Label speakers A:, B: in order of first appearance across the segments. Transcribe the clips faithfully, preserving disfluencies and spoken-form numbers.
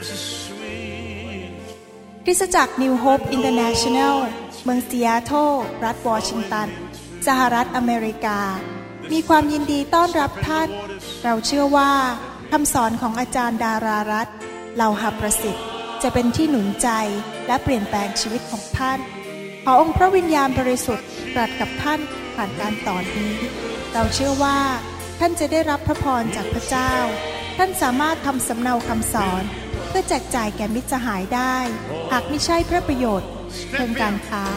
A: คริสตจักร New Hope International เมืองซีแอตเทิลรัฐวอชิงตันสหรัฐอเมริกามีความยินดีต้อนรับท่านเราเชื่อว่าคำสอนของอาจารย์ดารารัตน์เหล่าหประสิทธิ์จะเป็นที่หนุนใจและเปลี่ยนแปลงชีวิตของท่านขอองค์พระวิญญาณบริสุทธิ์ตรัสกับท่านผ่านการสอนนี้เราเชื่อว่าท่านจะได้รับพระพรจากพระเจ้าท่านสามารถทำสำเนาคำสอนเพื่อแจกจ่ายแก่มิตรสหายได้หากไม่ใช่เพื่อประโยชน์เชิงการค้า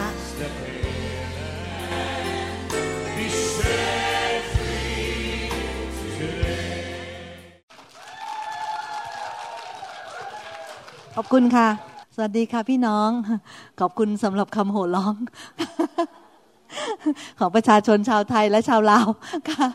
B: ขอบคุณค่ะสวัสดีค่ะพี่น้องขอบคุณสำหรับคำโห่ร้องของประชาชนชาวไทยและชาวลาวค่ะ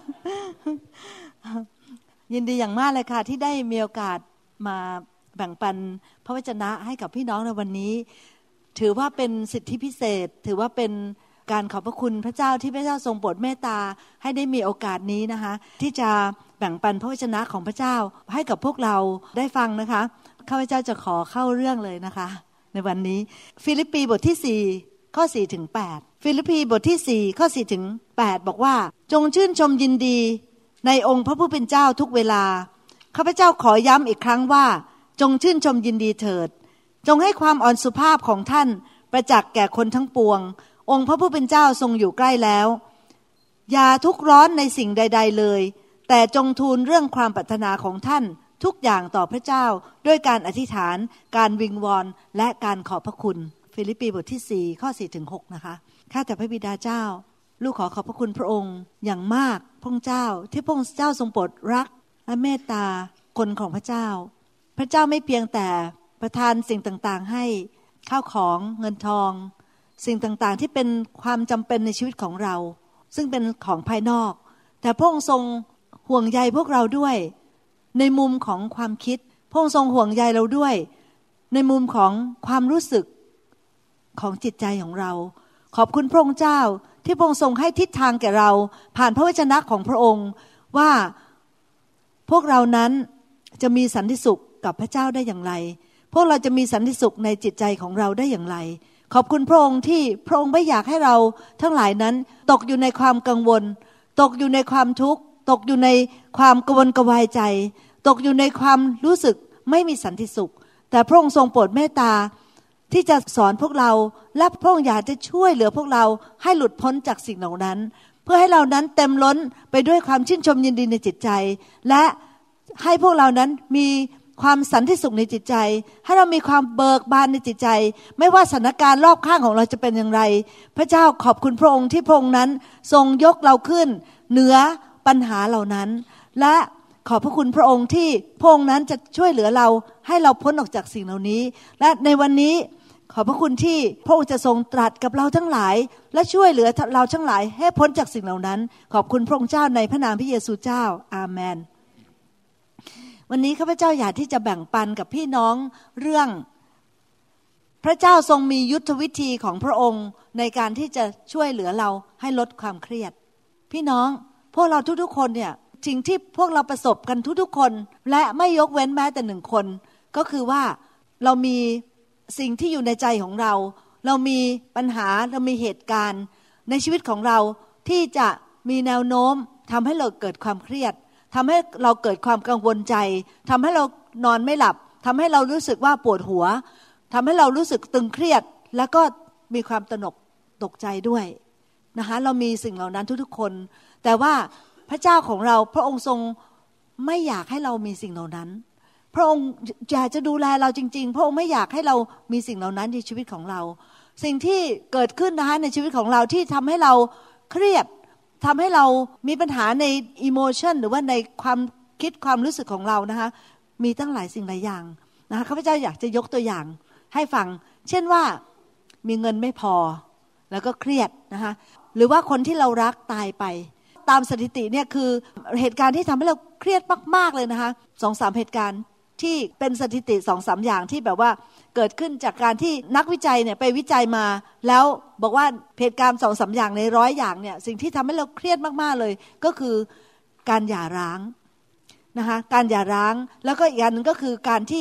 B: ยินดีอย่างมากเลยค่ะที่ได้มีโอกาสมาแบ่งปันพระวจนะให้กับพี่น้องในวันนี้ถือว่าเป็นสิทธิพิเศษถือว่าเป็นการขอบพระคุณพระเจ้าที่พระเจ้าทรงโปรดเมตตาให้ได้มีโอกาสนี้นะคะที่จะแบ่งปันพระวจนะของพระเจ้าให้กับพวกเราได้ฟังนะคะข้าพเจ้าจะขอเข้าเรื่องเลยนะคะในวันนี้ฟิลิปปีบทที่สี่ข้อสี่ถึงแปดฟิลิปปีบทที่สี่ข้อสี่ถึงแปดบอกว่าจงชื่นชมยินดีในองค์พระผู้เป็นเจ้าทุกเวลาข้าพเจ้าขอย้ำอีกครั้งว่าจงชื่นชมยินดีเถิดจงให้ความอ่อนสุภาพของท่านประจักษ์แก่คนทั้งปวงองค์พระผู้เป็นเจ้าทรงอยู่ใกล้แล้วอย่าทุกข์ร้อนในสิ่งใดๆเลยแต่จงทูลเรื่องความปรารถนาของท่านทุกอย่างต่อพระเจ้าด้วยการอธิษฐานการวิงวอนและการขอบพระคุณฟิลิปปีบทที่สี่ข้อสี่ถึงหกนะคะข้าแต่พระบิดาเจ้าลูกขอขอบพระคุณพระองค์อย่างมากพระองค์เจ้าที่พระองค์เจ้าทรงโปรดรักและเมตตาคนของพระเจ้าพระเจ้าไม่เพียงแต่ประทานสิ่งต่างๆให้ข้าวของเงินทองสิ่งต่างๆที่เป็นความจำเป็นในชีวิตของเราซึ่งเป็นของภายนอกแต่พระองค์ทรงห่วงใยพวกเราด้วยในมุมของความคิดพระองค์ทรงห่วงใยเราด้วยในมุมของความรู้สึกของจิตใจของเราขอบคุณพระองค์เจ้าที่พระองค์ทรงให้ทิศทางแก่เราผ่านพระวจนะของพระองค์ว่าพวกเรานั้นจะมีสันติสุขกับพระเจ้าได้อย่างไรพวกเราจะมีสันติสุขในจิตใจของเราได้อย่างไรขอบคุณพระองค์ที่พระองค์ไม่อยากให้เราทั้งหลายนั้นตกอยู่ในความกังวลตกอยู่ในความทุกข์ตกอยู่ในความกระวนกระวายใจตกอยู่ในความรู้สึกไม่มีสันติสุขแต่พระองค์ทรงโปรดเมตตาที่จะสอนพวกเราและพระองค์อยากจะช่วยเหลือพวกเราให้หลุดพ้นจากสิ่งเหล่านั้นเพื่อให้เรานั้นเต็มล้นไปด้วยความชื่นชมยินดีในจิตใจและให้พวกเรานั้นมีความสันติสุขในจิตใจให้เรามีความเบิกบานในจิตใจไม่ว่าสถานการณ์รอบข้างของเราจะเป็นอย่างไรพระเจ้าขอบคุณพระองค์ที่พระองค์นั้นทรงยกเราขึ้นเหนือปัญหาเหล่านั้นและขอบพระคุณพระองค์ที่พระองค์นั้นจะช่วยเหลือเราให้เราพ้นออกจากสิ่งเหล่านี้และในวันนี้ขอบพระคุณที่พระองค์จะทรงตรัสกับเราทั้งหลายและช่วยเหลือเราทั้งหลายให้พ้นจากสิ่งเหล่านั้นขอบคุณพระองค์เจ้าในพระนามพระเยซูเจ้าอาเมนวันนี้ข้าพเจ้าอยากที่จะแบ่งปันกับพี่น้องเรื่องพระเจ้าทรงมียุทธวิธีของพระองค์ในการที่จะช่วยเหลือเราให้ลดความเครียดพี่น้องพวกเราทุกๆคนเนี่ยสิ่งที่พวกเราประสบกันทุกๆคนและไม่ยกเว้นแม้แต่หนึ่งคนก็คือว่าเรามีสิ่งที่อยู่ในใจของเราเรามีปัญหาเรามีเหตุการณ์ในชีวิตของเราที่จะมีแนวโน้มทำให้เราเกิดความเครียดทำให้เราเกิดความกังวลใจทำให้เรานอนไม่หลับทำให้เรารู้สึกว่าปวดหัวทำให้เรารู้สึกตึงเครียดแล้วก็มีความตระหนกตกใจด้วยนะคะเรามีสิ่งเหล่านั้นทุกๆคนแต่ว่าพระเจ้าของเราพระองค์ทรงไม่อยากให้เรามีสิ่งเหล่านั้นพระองค์อยากจะดูแลเราจริงๆพระองค์ไม่อยากให้เรามีสิ่งเหล่านั้นในชีวิตของเราสิ่งที่เกิดขึ้นนะคะในชีวิตของเราที่ทำให้เราเครียดทำให้เรามีปัญหาในอิโมชันหรือว่าในความคิดความรู้สึกของเรานะคะมีตั้งหลายสิ่งหลายอย่างนะคะข้าพเจ้าอยากจะยกตัวอย่างให้ฟังเช่นว่ามีเงินไม่พอแล้วก็เครียดนะคะหรือว่าคนที่เรารักตายไปตามสถิติเนี่ยคือเหตุการณ์ที่ทำให้เราเครียดมากๆเลยนะคะสองสามเหตุการณ์ที่เป็นสถิติสองสามอย่างที่แบบว่าเกิดขึ้นจากการที่นักวิจัยเนี่ยไปวิจัยมาแล้วบอกว่าเหตุการณ์สองสามอย่างในร้อยอย่างเนี่ยสิ่งที่ทำให้เราเครียดมากๆเลยก็คือการหย่าร้างนะคะการหย่าร้างแล้วก็อีกอย่างนึงก็คือการที่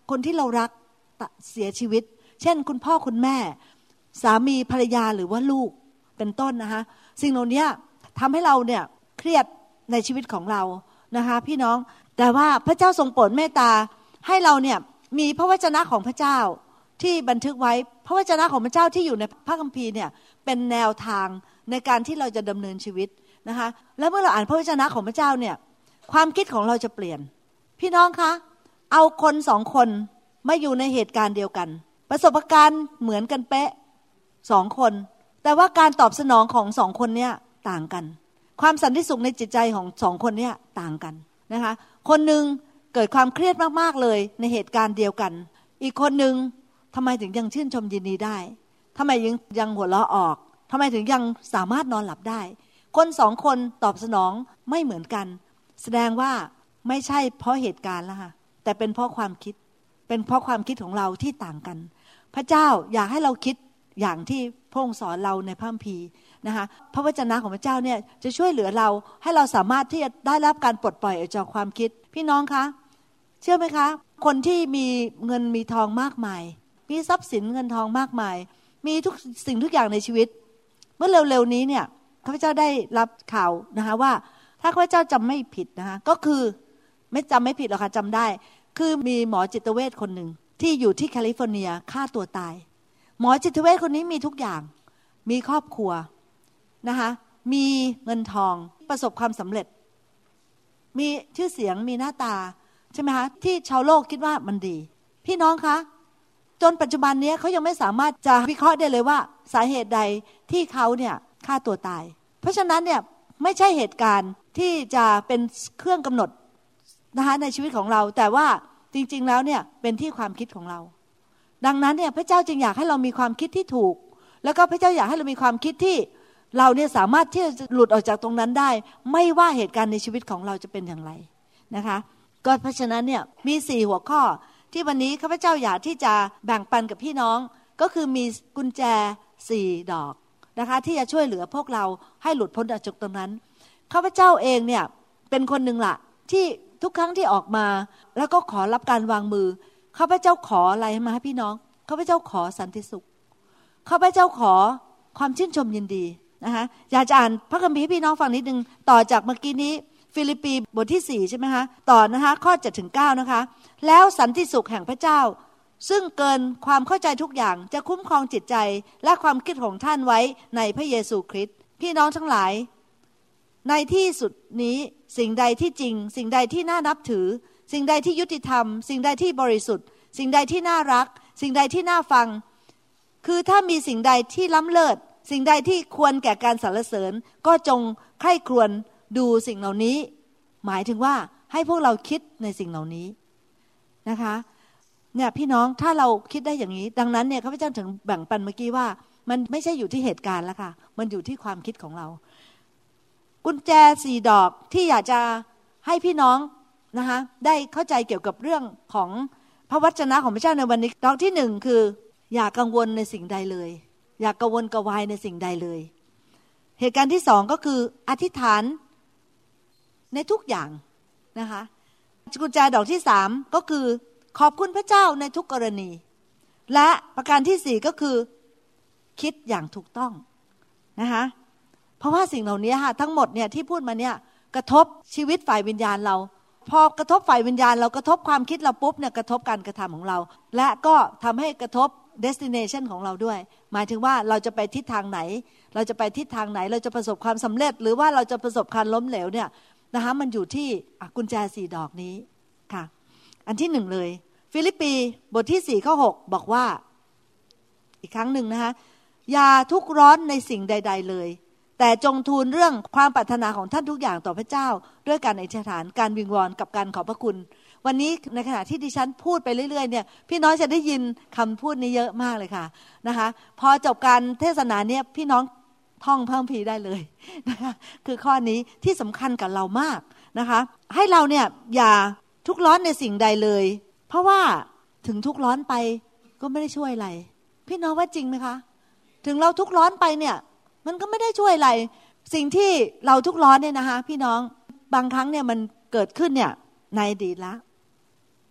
B: คนที่เรารักเสียชีวิตเช่นคุณพ่อคุณแม่สามีภรรยาหรือว่าลูกเป็นต้นนะคะสิ่งเหล่านี้ทำให้เราเนี่ยเครียดในชีวิตของเรานะคะพี่น้องแต่ว่าพระเจ้าทรงโปรดเมตตาให้เราเนี่ยมีพระวจนะของพระเจ้าที่บันทึกไว้พระวจนะของพระเจ้าที่อยู่ในพระคัมภีร์เนี่ยเป็นแนวทางในการที่เราจะดำเนินชีวิตนะคะแล้วเมื่อเราอ่านพระวจนะของพระเจ้าเนี่ยความคิดของเราจะเปลี่ยนพี่น้องคะเอาคนสองคนมาอยู่ในเหตุการณ์เดียวกันประสบการณ์เหมือนกันเป๊ะสองคนแต่ว่าการตอบสนองของสองคนเนี่ยต่างกันความสันติสุขในจิตใจของสองคนเนี่ยต่างกันนะคะคนหนึ่งเกิดความเครียดมากๆเลยในเหตุการณ์เดียวกันอีกคนหนึ่งทำไมถึงยังชื่นชมยินดีได้ทำไมยังยังหัวเราะออกทำไมถึงยังสามารถนอนหลับได้คนสองคนตอบสนองไม่เหมือนกันแสดงว่าไม่ใช่เพราะเหตุการณ์แล้วค่ะแต่เป็นเพราะความคิดเป็นเพราะความคิดของเราที่ต่างกันพระเจ้าอยากให้เราคิดอย่างที่พระองค์สอนเราในพระคัมภีร์นะคะพระวจนะของพระเจ้าเนี่ยจะช่วยเหลือเราให้เราสามารถที่จะได้รับการปลดปล่อยออกจากความคิดพี่น้องคะเชื่อไหมคะคนที่มีเงินมีทองมากมายมีทรัพย์สินเงินทองมากมายมีทุกสิ่งทุกอย่างในชีวิตเมื่อเร็วๆนี้เนี่ยข้าพเจ้าได้รับข่าวนะคะว่าถ้าข้าพเจ้าจำไม่ผิดนะคะก็คือไม่จำไม่ผิดหรอกค่ะจำได้คือมีหมอจิตเวชคนหนึ่งที่อยู่ที่แคลิฟอร์เนียฆ่าตัวตายหมอจิตเวชคนนี้มีทุกอย่างมีครอบครัวนะคะมีเงินทองประสบความสำเร็จมีชื่อเสียงมีหน้าตาใช่ไหมคะที่ชาวโลกคิดว่ามันดีพี่น้องคะจนปัจจุบันนี้เขายังไม่สามารถจะวิเคราะห์ได้เลยว่าสาเหตุใดที่เขาเนี่ยฆ่าตัวตายเพราะฉะนั้นเนี่ยไม่ใช่เหตุการณ์ที่จะเป็นเครื่องกำหนดนะคะในชีวิตของเราแต่ว่าจริงๆแล้วเนี่ยเป็นที่ความคิดของเราดังนั้นเนี่ยพระเจ้าจึงอยากให้เรามีความคิดที่ถูกแล้วก็พระเจ้าอยากให้เรามีความคิดที่เราเนี่ยสามารถที่จะหลุดออกจากตรงนั้นได้ไม่ว่าเหตุการณ์ในชีวิตของเราจะเป็นอย่างไรนะคะก็เพราะฉะนั้นเนี่ยมีสี่หัวข้อที่วันนี้ข้าพเจ้าอยากที่จะแบ่งปันกับพี่น้องก็คือมีกุญแจสี่ดอกนะคะที่จะช่วยเหลือพวกเราให้หลุดพ้นจากตรงนั้นข้าพเจ้าเองเนี่ยเป็นคนหนึ่งล่ะที่ทุกครั้งที่ออกมาแล้วก็ขอรับการวางมือข้าพเจ้าขออะไรมาให้พี่น้องข้าพเจ้าขอสันติสุขข้าพเจ้าขอความชื่นชมยินดีนะคะอยากจะอ่านพระคัมภีร์ให้พี่น้องฟังนิดนึงต่อจากเมื่อกี้นี้ฟิลิปปีบทที่สี่ใช่ไหมคะต่อนะคะข้อเจ็ดถึงเก้านะคะแล้วสันติสุขแห่งพระเจ้าซึ่งเกินความเข้าใจทุกอย่างจะคุ้มครองจิตใจและความคิดของท่านไว้ในพระเยซูคริสต์พี่น้องทั้งหลายในที่สุดนี้สิ่งใดที่จริงสิ่งใดที่น่านับถือสิ่งใดที่ยุติธรรมสิ่งใดที่บริสุทธิ์สิ่งใดที่น่ารักสิ่งใดที่น่าฟังคือถ้ามีสิ่งใดที่ล้ำเลิศสิ่งใดที่ควรแก่การสรรเสริญก็จงใคร่ครวญดูสิ่งเหล่านี้หมายถึงว่าให้พวกเราคิดในสิ่งเหล่านี้นะคะเนี่ยพี่น้องถ้าเราคิดได้อย่างนี้ดังนั้นเนี่ยข้าพเจ้าถึงแบ่งปันเมื่อกี้ว่ามันไม่ใช่อยู่ที่เหตุการณ์แล้วค่ะมันอยู่ที่ความคิดของเรากุญแจสี่ดอกที่อยากจะให้พี่น้องนะคะได้เข้าใจเกี่ยวกับเรื่องของพระวจนะของพระเจ้าในวันนี้ดอกที่หนึ่งคืออย่ากังวลในสิ่งใดเลยอย่ากังวลกระวายในสิ่งใดเลยเหตุการณ์ที่สองก็คืออธิษฐานในทุกอย่างนะคะกุญแจดอกที่สามก็คือขอบคุณพระเจ้าในทุกกรณีและประการที่สี่ก็คือคิดอย่างถูกต้องนะคะเพราะว่าสิ่งเหล่านี้ค่ะทั้งหมดเนี่ยที่พูดมาเนี่ยกระทบชีวิตฝ่ายวิญญาณเราพอกระทบฝ่ายวิญญาณเรากระทบความคิดเราปุ๊บเนี่ยกระทบการกระทำของเราและก็ทำให้กระทบ destination ของเราด้วยหมายถึงว่าเราจะไปทิศทางไหนเราจะไปทิศทางไหนเราจะประสบความสำเร็จหรือว่าเราจะประสบการล้มเหลวเนี่ยนะคะมันอยู่ที่กุญแจสี่ดอกนี้ค่ะอันที่หนึ่งเลยฟิลิปปีบทที่สี่ข้อหกบอกว่าอีกครั้งหนึ่งนะคะอย่าทุกข์ร้อนในสิ่งใดๆเลยแต่จงทูลเรื่องความปรารถนาของท่านทุกอย่างต่อพระเจ้าด้วยการอธิษฐานการวิงวอนกับการขอบพระคุณวันนี้ในขณะที่ดิฉันพูดไปเรื่อยๆเนี่ยพี่น้องจะได้ยินคำพูดนี้เยอะมากเลยค่ะนะคะพอจบการเทศนาเนี่ยพี่น้องท่องพระคัมภีร์ได้เลยนะคะคือข้อนี้ที่สำคัญกับเรามากนะคะให้เราเนี่ยอย่าทุกข์ร้อนในสิ่งใดเลยเพราะว่าถึงทุกข์ร้อนไปก็ไม่ได้ช่วยอะไรพี่น้องว่าจริงไหมคะถึงเราทุกข์ร้อนไปเนี่ยมันก็ไม่ได้ช่วยอะไรสิ่งที่เราทุกข์ร้อนเนี่ยนะคะพี่น้องบางครั้งเนี่ยมันเกิดขึ้นเนี่ยในอดีตแล้ว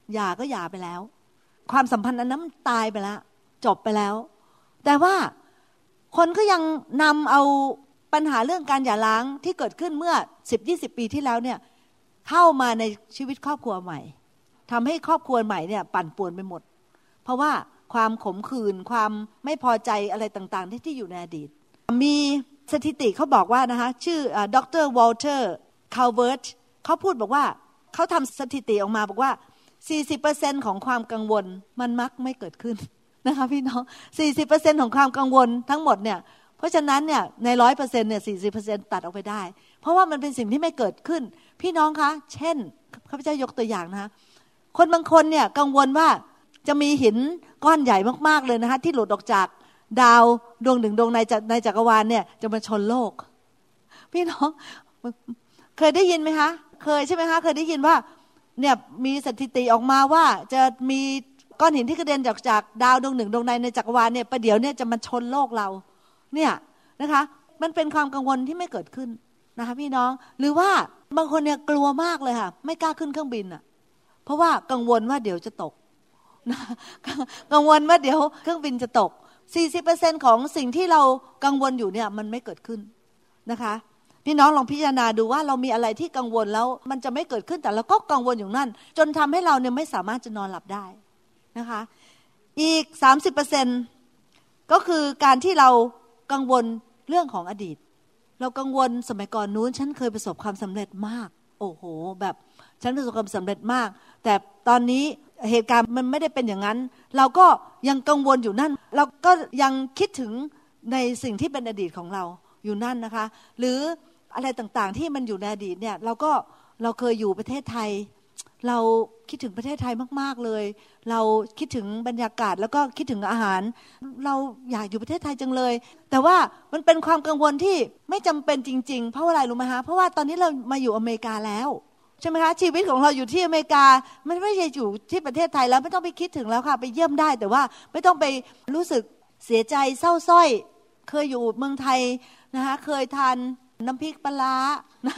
B: หย่าก็หย่าไปแล้วความสัมพันธ์อันนั้นตายไปแล้วจบไปแล้วแต่ว่าคนก็ยังนำเอาปัญหาเรื่องการหย่าร้างที่เกิดขึ้นเมื่อ สิบถึงยี่สิบ ปีที่แล้วเนี่ยเข้ามาในชีวิตครอบครัวใหม่ทำให้ครอบครัวใหม่เนี่ยปั่นป่วนไปหมดเพราะว่าความขมขื่นความไม่พอใจอะไรต่างๆที่ที่อยู่ในอดีตมีสถิติเขาบอกว่านะคะชื่อดรวอลเตอร์คาลเวิร์ตเขาพูดบอกว่าเขาทำสถิติออกมาบอกว่า สี่สิบเปอร์เซ็นต์ ของความกังวลมันมักไม่เกิดขึ้นนะคะพี่น้อง สี่สิบเปอร์เซ็นต์ ของความกังวลทั้งหมดเนี่ยเพราะฉะนั้นเนี่ยใน หนึ่งร้อยเปอร์เซ็นต์ เนี่ย สี่สิบเปอร์เซ็นต์ ตัดออกไปได้เพราะว่ามันเป็นสิ่งที่ไม่เกิดขึ้นพี่น้องคะเช่นข้าพเจ้ายกตัวอย่างนะคะคนบางคนเนี่ยกังวลว่าจะมีหินก้อนใหญ่มากๆเลยนะคะที่หลุดออกจากดาวดวงหนึ่งดวงในในจักรวาลเนี่ยจะมาชนโลกพี่น้องเคยได้ยินไหมคะเคยใช่ไหมคะเคยได้ยินว่าเนี่ยมีสถิติออกมาว่าจะมีก้อนหินที่กระเด็นจากจากดาวดวงหนึ่งดวงในในจักรวาลเนี่ยประเดี๋ยวเนี่ยจะมาชนโลกเราเนี่ยนะคะมันเป็นความกังวลที่ไม่เกิดขึ้นนะคะพี่น้องหรือว่าบางคนเนี่ยกลัวมากเลยค่ะไม่กล้าขึ้นเครื่องบินอ่ะเพราะว่ากังวลว่าเดี๋ยวจะตกนะกังวลว่าเดี๋ยวเครื่องบินจะตก สี่สิบเปอร์เซ็นต์ ของสิ่งที่เรากังวลอยู่เนี่ยมันไม่เกิดขึ้นนะคะพี่น้องลองพิจารณาดูว่าเรามีอะไรที่กังวลแล้วมันจะไม่เกิดขึ้นแต่เราก็กังวลอยู่นั่นจนทำให้เราเนี่ยไม่สามารถจะนอนหลับได้นะคะอีก สามสิบเปอร์เซ็นต์ ก็คือการที่เรากังวลเรื่องของอดีตเรากังวลสมัยก่อนนู้นฉันเคยประสบความสำเร็จมากโอ้โหแบบฉันประสบความสำเร็จมากแต่ตอนนี้เหตุการณ์มันไม่ได้เป็นอย่างนั้นเราก็ยังกังวลอยู่นั่นเราก็ยังคิดถึงในสิ่งที่เป็นอดีตของเราอยู่นั่นนะคะหรืออะไรต่างๆที่มันอยู่ในอดีตเนี่ยเราก็เราเคยอยู่ประเทศไทยเราคิดถึงประเทศไทยมากๆเลยเราคิดถึงบรรยากาศแล้วก็คิดถึงอาหารเราอยากอยู่ประเทศไทยจังเลยแต่ว่ามันเป็นความกังวลที่ไม่จำเป็นจริงๆเพราะอะไรรู้ไหมคะเพราะว่าตอนนี้เรามาอยู่อเมริกาแล้วใช่ไหมคะชีวิตของเราอยู่ที่อเมริกามันไม่ใช่อยู่ที่ประเทศไทยแล้วไม่ต้องไปคิดถึงแล้วค่ะไปเยี่ยมได้แต่ว่าไม่ต้องไปรู้สึกเสียใจเศร้าส้อยเคยอยู่เมืองไทยนะคะเคยทานน้ำพริกปลาร้านะ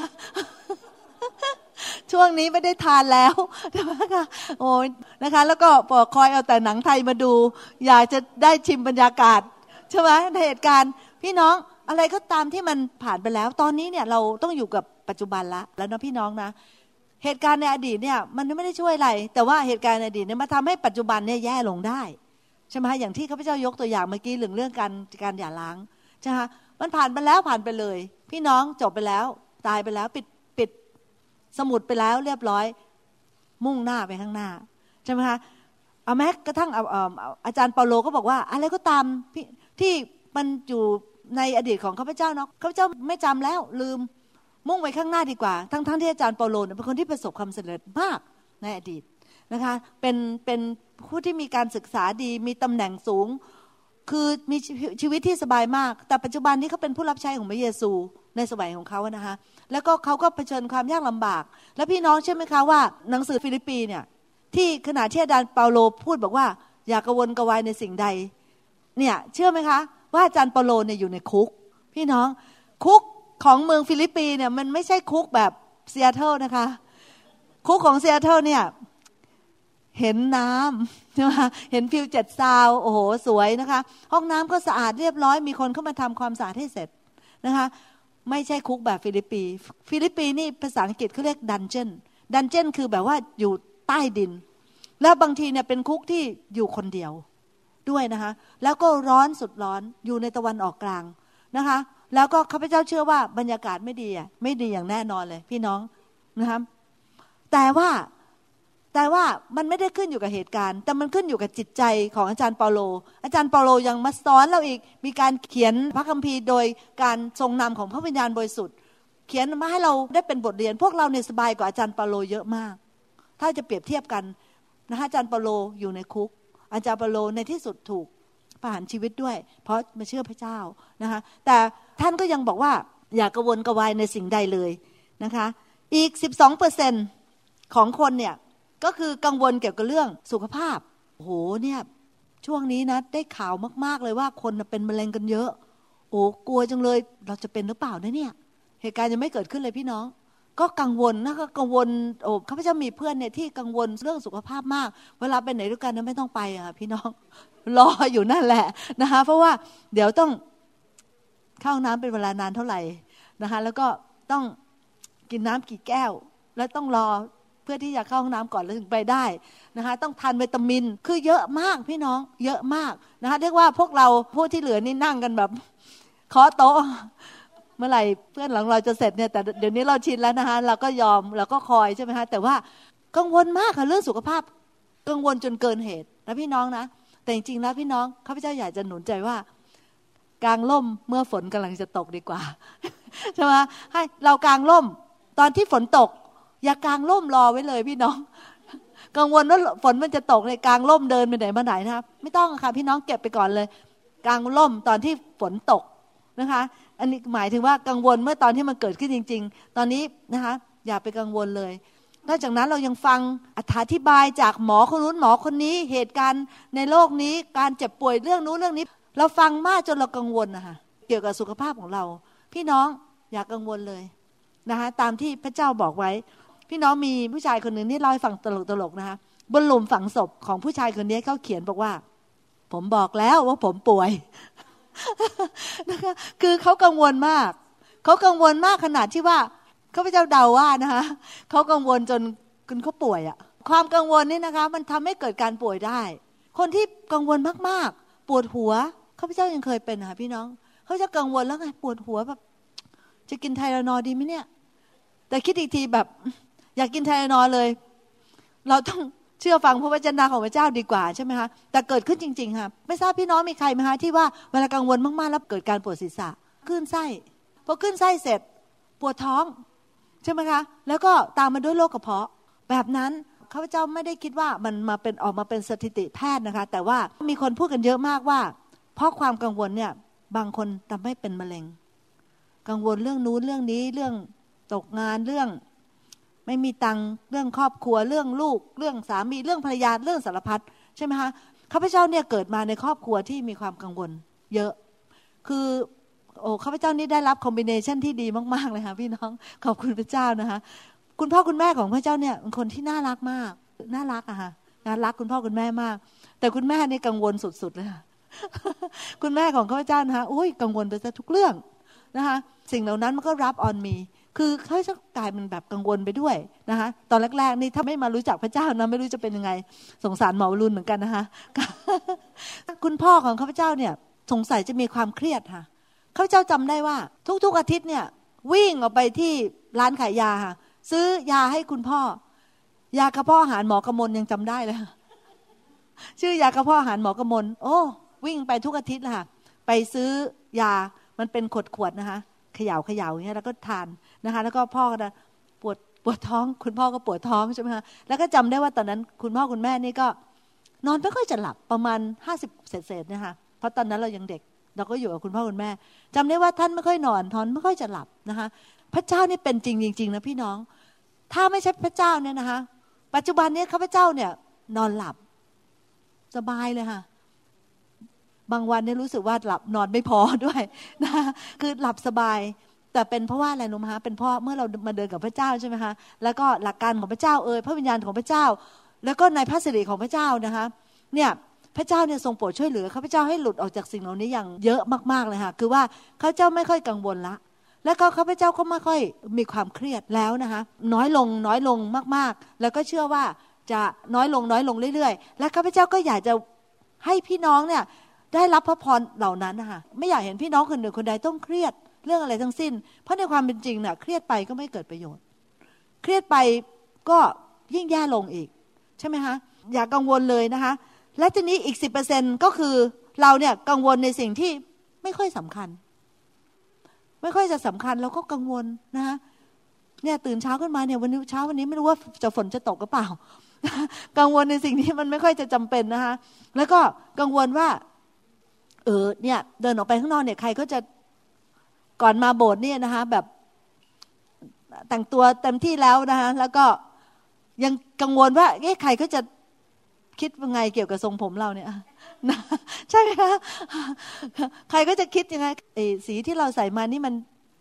B: ช่วงนี้ไม่ได้ทานแล้วนะคะโอ้ยนะคะแล้วก็ปอคอยเอาแต่หนังไทยมาดูอยากจะได้ชิมบรรยากาศใช่ไหมในเหตุการณ์พี่น้องอะไรก็ตามที่มันผ่านไปแล้วตอนนี้เนี่ยเราต้องอยู่กับปัจจุบันละแล้วนะพี่น้องนะเหตุการณ์ในอดีตเนี่ยมันไม่ได้ช่วยอะไรแต่ว่าเหตุการณ์ในอดีตเนี่ยมาทำให้ปัจจุบันเนี่ยแย่ลงได้ใช่ไหมอย่างที่ข้าพเจ้ายกตัวอย่างเมื่อกี้เรื่องเรื่องการการหย่าร้างใช่ไหมมันผ่านไปแล้วผ่านไปเลยพี่น้องจบไปแล้วตายไปแล้วปิดปิดสมุดไปแล้วเรียบร้อยมุ่งหน้าไปข้างหน้าใช่ไหมคะเอาแม้กระทั่งอาจารย์เปาโลก็บอกว่าอะไรก็ตามที่มันอยู่ในอดีตของข้าพเจ้าเนาะข้าพเจ้าไม่จำแล้วลืมมุ่งไปข้างหน้าดีกว่าทั้งทั้งที่อาจารย์เปาโลเป็นคนที่ประสบความสำเร็จมากในอดีตนะคะเป็นเป็นผู้ที่มีการศึกษาดีมีตำแหน่งสูงคือมีชีวิตที่สบายมากแต่ปัจจุบันนี้เขาเป็นผู้รับใช้ของพระเยซูในสมัยของเขานะคะแล้วก็เขาก็เผชิญความยากลำบากแล้วพี่น้องเชื่อไหมคะว่าหนังสือฟิลิปปีเนี่ยที่ขณะที่อาจารย์เปาโลพูดบอกว่าอย่ากระวนกระวายในสิ่งใดเนี่ยเชื่อไหมคะว่าอาจารย์เปาโลเนี่ยอยู่ในคุกพี่น้องคุกของเมืองฟิลิปปีเนี่ยมันไม่ใช่คุกแบบซีแอตเทิลนะคะคุกของซีแอตเทิลเนี่ยเห็นน้ำใช่ไหมเห็นฟิวเจ็ดซาวโอ้โหสวยนะคะห้องน้ำก็สะอาดเรียบร้อยมีคนเข้ามาทำความสะอาดให้เสร็จนะคะไม่ใช่คุกแบบฟิลิปปีฟิลิปปีนี่ภาษาอังกฤษเขาเรียกดันเจนดันเจนคือแบบว่าอยู่ใต้ดินแล้วบางทีเนี่ยเป็นคุกที่อยู่คนเดียวด้วยนะคะแล้วก็ร้อนสุดร้อนอยู่ในตะวันออกกลางนะคะแล้วก็ข้าพเจ้าเชื่อว่าบรรยากาศไม่ดีอ่ะไม่ดีอย่างแน่นอนเลยพี่น้องนะคะแต่ว่าแต่ว่ามันไม่ได้ขึ้นอยู่กับเหตุการณ์แต่มันขึ้นอยู่กับจิตใจของอาจารย์เปาโลอาจารย์เปาโลยังมาสอนเราอีกมีการเขียนพระคัมภีร์โดยการทรงนำของพระวิญญาณบริสุทธิ์เขียนมาให้เราได้เป็นบทเรียนพวกเราเนี่ยสบายกว่าอาจารย์เปาโลเยอะมากถ้าจะเปรียบเทียบกันนะคะอาจารย์เปาโลอยู่ในคุกอาจารย์เปาโลในที่สุดถูกประหารชีวิตด้วยเพราะมาเชื่อพระเจ้านะคะแต่ท่านก็ยังบอกว่าอย่ากระวนกระวายในสิ่งใดเลยนะคะอีก สิบสองเปอร์เซ็นต์ ของคนเนี่ยก็คือกังวลเกี่ยวกับเรื่องสุขภาพโอ้โหเนี่ยช่วงนี้นะได้ข่าวมากๆเลยว่าคนเป็นมะเร็งกันเยอะโอ้กลัวจังเลยเราจะเป็นหรือเปล่านะเนี่ยเหตุการณ์ยังไม่เกิดขึ้นเลยพี่น้องก็กังวลนะก็กังวลโอ้ข้าพเจ้ามีเพื่อนเนี่ยที่กังวลเรื่องสุขภาพมากเวลาไปไหนด้วยกันนะไม่ต้องไปอ่ะพี่น้องรออยู่นั่นแหละนะคะเพราะว่าเดี๋ยวต้องเข้าห้องน้ำเป็นเวลานานเท่าไหร่นะคะแล้วก็ต้องกินน้ำกี่แก้วแล้วต้องรอเพื่อที่จะเข้าห้องน้ำก่อนแล้วถึงไปได้นะคะต้องทานวิตามินคือเยอะมากพี่น้องเยอะมากนะคะเรียกว่าพวกเราพวกที่เหลือนี่นั่งกันแบบเคาะโต๊ะเมื่อไหร่เพื่อนหลังเราจะเสร็จเนี่ยแต่เดี๋ยวนี้เราชินแล้วนะคะเราก็ยอมเราก็คอยใช่ไหมคะแต่ว่ากังวลมากค่ะเรื่องสุขภาพกังวลจนเกินเหตุนะพี่น้องนะแต่จริงๆแล้วพี่น้องข้าพเจ้าอยากจะหนุนใจว่ากางร่มเมื่อฝนกำลังจะตกดีกว่าใช่ไหมให้เรากางร่มตอนที่ฝนตกอย่ากางร่มรอไว้เลยพี่น้องกังวลว่าฝนมันจะตกในกางร่มเดินไปไหนมาไหนนะครับไม่ต้องค่ะพี่น้องเก็บไปก่อนเลยกางร่มตอนที่ฝนตกนะคะอันนี้หมายถึงว่ากังวลเมื่อตอนที่มันเกิดขึ้นจริงๆตอนนี้นะคะอย่าไปกังวลเลยนอกจากนั้นเรายังฟังอธิบายจากหมอคนนู้นหมอคนนี้เหตุการณ์ในโลกนี้การเจ็บป่วยเรื่องนู้นเรื่องนี้เราฟังมากจนเรากังวลนะคะเกี่ยวกับสุขภาพของเราพี่น้องอย่ากังวลเลยนะคะตามที่พระเจ้าบอกไว้พี่น้องมีผู้ชายคนหนึ่งที่เล่าให้ฟังตลกๆนะคะบนหลุมฝังศพของผู้ชายคนนี้เขาเขียนบอกว่าผมบอกแล้วว่าผมป่วยนะคะคือเขากังวลมากเขากังวลมากขนาดที่ว่าข้าพเจ้าเดาว่านะคะเขากังวลจนจนเขาป่วยอะความกังวลนี่นะคะมันทำให้เกิดการป่วยได้คนที่กังวลมากๆปวดหัวข้าพเจ้ายังเคยเป็นค่ะพี่น้องเขาจะกังวลแล้วไงปวดหัวแบบจะกินไทรานอลดีไหมเนี่ยแต่คิดอีกทีแบบอยากกินไทรานอลเลยเราต้องเชื่อฟังพระวจนะของพระเจ้าดีกว่าใช่ไหมคะแต่เกิดขึ้นจริงๆค่ะไม่ทราบพี่น้องมีใครไหมคะที่ว่าเวลากังวลมากๆแล้วเกิดการปวดศีรษะคลื่นไส้พอคลื่นไส้เสร็จปวดท้องใช่ไหมคะแล้วก็ตามมาด้วยโรคกระเพาะแบบนั้นข้าพเจ้าไม่ได้คิดว่ามันมาเป็นออกมาเป็นสถิติแพทย์นะคะแต่ว่ามีคนพูดกันเยอะมากว่าเพราะความกังวลเนี่ยบางคนทำให้เป็นมะเร็งกังวลเรื่องนู้นเรื่องนี้เรื่องตกงานเรื่องไม่มีตังค์เรื่องครอบครัวเรื่องลูกเรื่องสามีเรื่องภรรยาเรื่องสารพัดใช่ไหมคะข้าพเจ้าเนี่ยเกิดมาในครอบครัวที่มีความกังวลเยอะคือโอ้ข้าพเจ้านี่ได้รับคอมบิเนชันที่ดีมากๆเลยค่ะพี่น้องขอบคุณพระเจ้านะคะคุณพ่อคุณแม่ของพระเจ้าเนี่ยเป็นคนที่น่ารักมากน่ารักอะค่ะน่ารักคุณพ่อคุณแม่มากแต่คุณแม่นี่กังวลสุดๆเลยค่ะคุณแม่ของข้าพเจ้านะคะอุ้ยกังวลไปซะทุกเรื่องนะคะสิ่งเหล่านั้นมันก็รับออนมีคือเขาจะกลายเป็นแบบกังวลไปด้วยนะคะตอนแรกๆนี่ถ้าไม่มารู้จักพระเจ้านะไม่รู้จะเป็นยังไงสงสารหมอวรุณเหมือนกันนะคะ คุณพ่อของข้าพเจ้าเนี่ยสงสัยจะมีความเครียดค่ะข้าพเจ้าจำได้ว่าทุกๆอาทิตย์เนี่ยวิ่งออกไปที่ร้านขายยาค่ะซื้อยาให้คุณพ่อยากระเพาะอาหารหมอกมลยังจำได้เลยชื่อยากระเพาะอาหารหมอกมลโอ้วิ่งไปทุกอาทิตย์เลยค่ะไปซื้อยามันเป็นขวดๆนะคะเขย่าเขย่าอย่างเงี้ยแล้วก็ทานนะคะแล้วก็พ่อก็ปวดปวดท้องคุณพ่อก็ปวดท้องใช่ไหมคะแล้วก็จำได้ว่าตอนนั้นคุณพ่อคุณแม่นี่ก็นอนไม่ค่อยจะหลับประมาณห้าสิบเศษๆนะคะเพราะตอนนั้นเรายังเด็กเราก็อยู่กับคุณพ่อคุณแม่จำได้ว่าท่านไม่ค่อยนอนนอนไม่ค่อยจะหลับนะคะพระเจ้านี่เป็นจริงจริงๆนะพี่น้องถ้าไม่ใช่พระเจ้าเนี่ยนะคะปัจจุบันนี้ข้าพเจ้าเนี่ยนอนหลับสบายเลยค่ะบางวันเนี่ยรู้สึกว่าหลับนอนไม่พอด้วยนะคือหลับสบายแต่เป็นเพราะว่าอะไรรู้ไหมคะเป็นเพราะเมื่อเรามาเดินกับพระเจ้าใช่ไหมคะแล้วก็หลักการของพระเจ้าเอ่ยพระวิญญาณของพระเจ้าแล้วก็ในพระสิริของพระเจ้านะคะเนี่ยพระเจ้าเนี่ยทรงโปรดช่วยเหลือข้าพเจ้าให้หลุดออกจากสิ่งเหล่านี้อย่างเยอะมากๆเลยค่ะคือว่าข้าพเจ้าไม่ค่อยกังวลละแล้วก็ข้าพเจ้าก็ไม่ค่อยมีความเครียดแล้วนะคะน้อยลงน้อยลงมากๆแล้วก็เชื่อว่าจะน้อยลงน้อยลงเรื่อยๆและข้าพเจ้าก็อยากจะให้พี่น้องเนี่ยได้รับพระพรเหล่านั้นนะคะไม่อยากเห็นพี่น้องคนหนึ่งคนใดต้องเครียดเรื่องอะไรทั้งสิ้นเพราะในความเป็นจริงน่ะเครียดไปก็ไม่เกิดประโยชน์เครียดไปก็ยิ่งแย่ลงอีกใช่ไหมคะอย่ากังวลเลยนะคะและทีนี้อีก สิบเปอร์เซ็นต์ ก็คือเราเนี่ยกังวลในสิ่งที่ไม่ค่อยสำคัญไม่ค่อยจะสำคัญเราก็กังวลนะคะเนี่ยตื่นเช้าขึ้นมาเนี่ยวันนี้เช้าวันนี้ไม่รู้ว่าจะฝนจะตกหรือเปล่ากังวลในสิ่งที่มันไม่ค่อยจะจำเป็นนะคะแล้วก็กังวลว่าเออเนี่ยเดินออกไปข้างนอกเนี่ยใครก็จะก่อนมาโบสถ์เนี่ยนะคะแบบแต่งตัวเต็มที่แล้วนะคะแล้วก็ยังกังวลว่าเอ๊ะใครก็จะคิดยังไงเกี่ยวกับทรงผมเราเนี่ยนะใช่ไหมคะใครก็จะคิดยังไงไอ้สีที่เราใส่มานี่มัน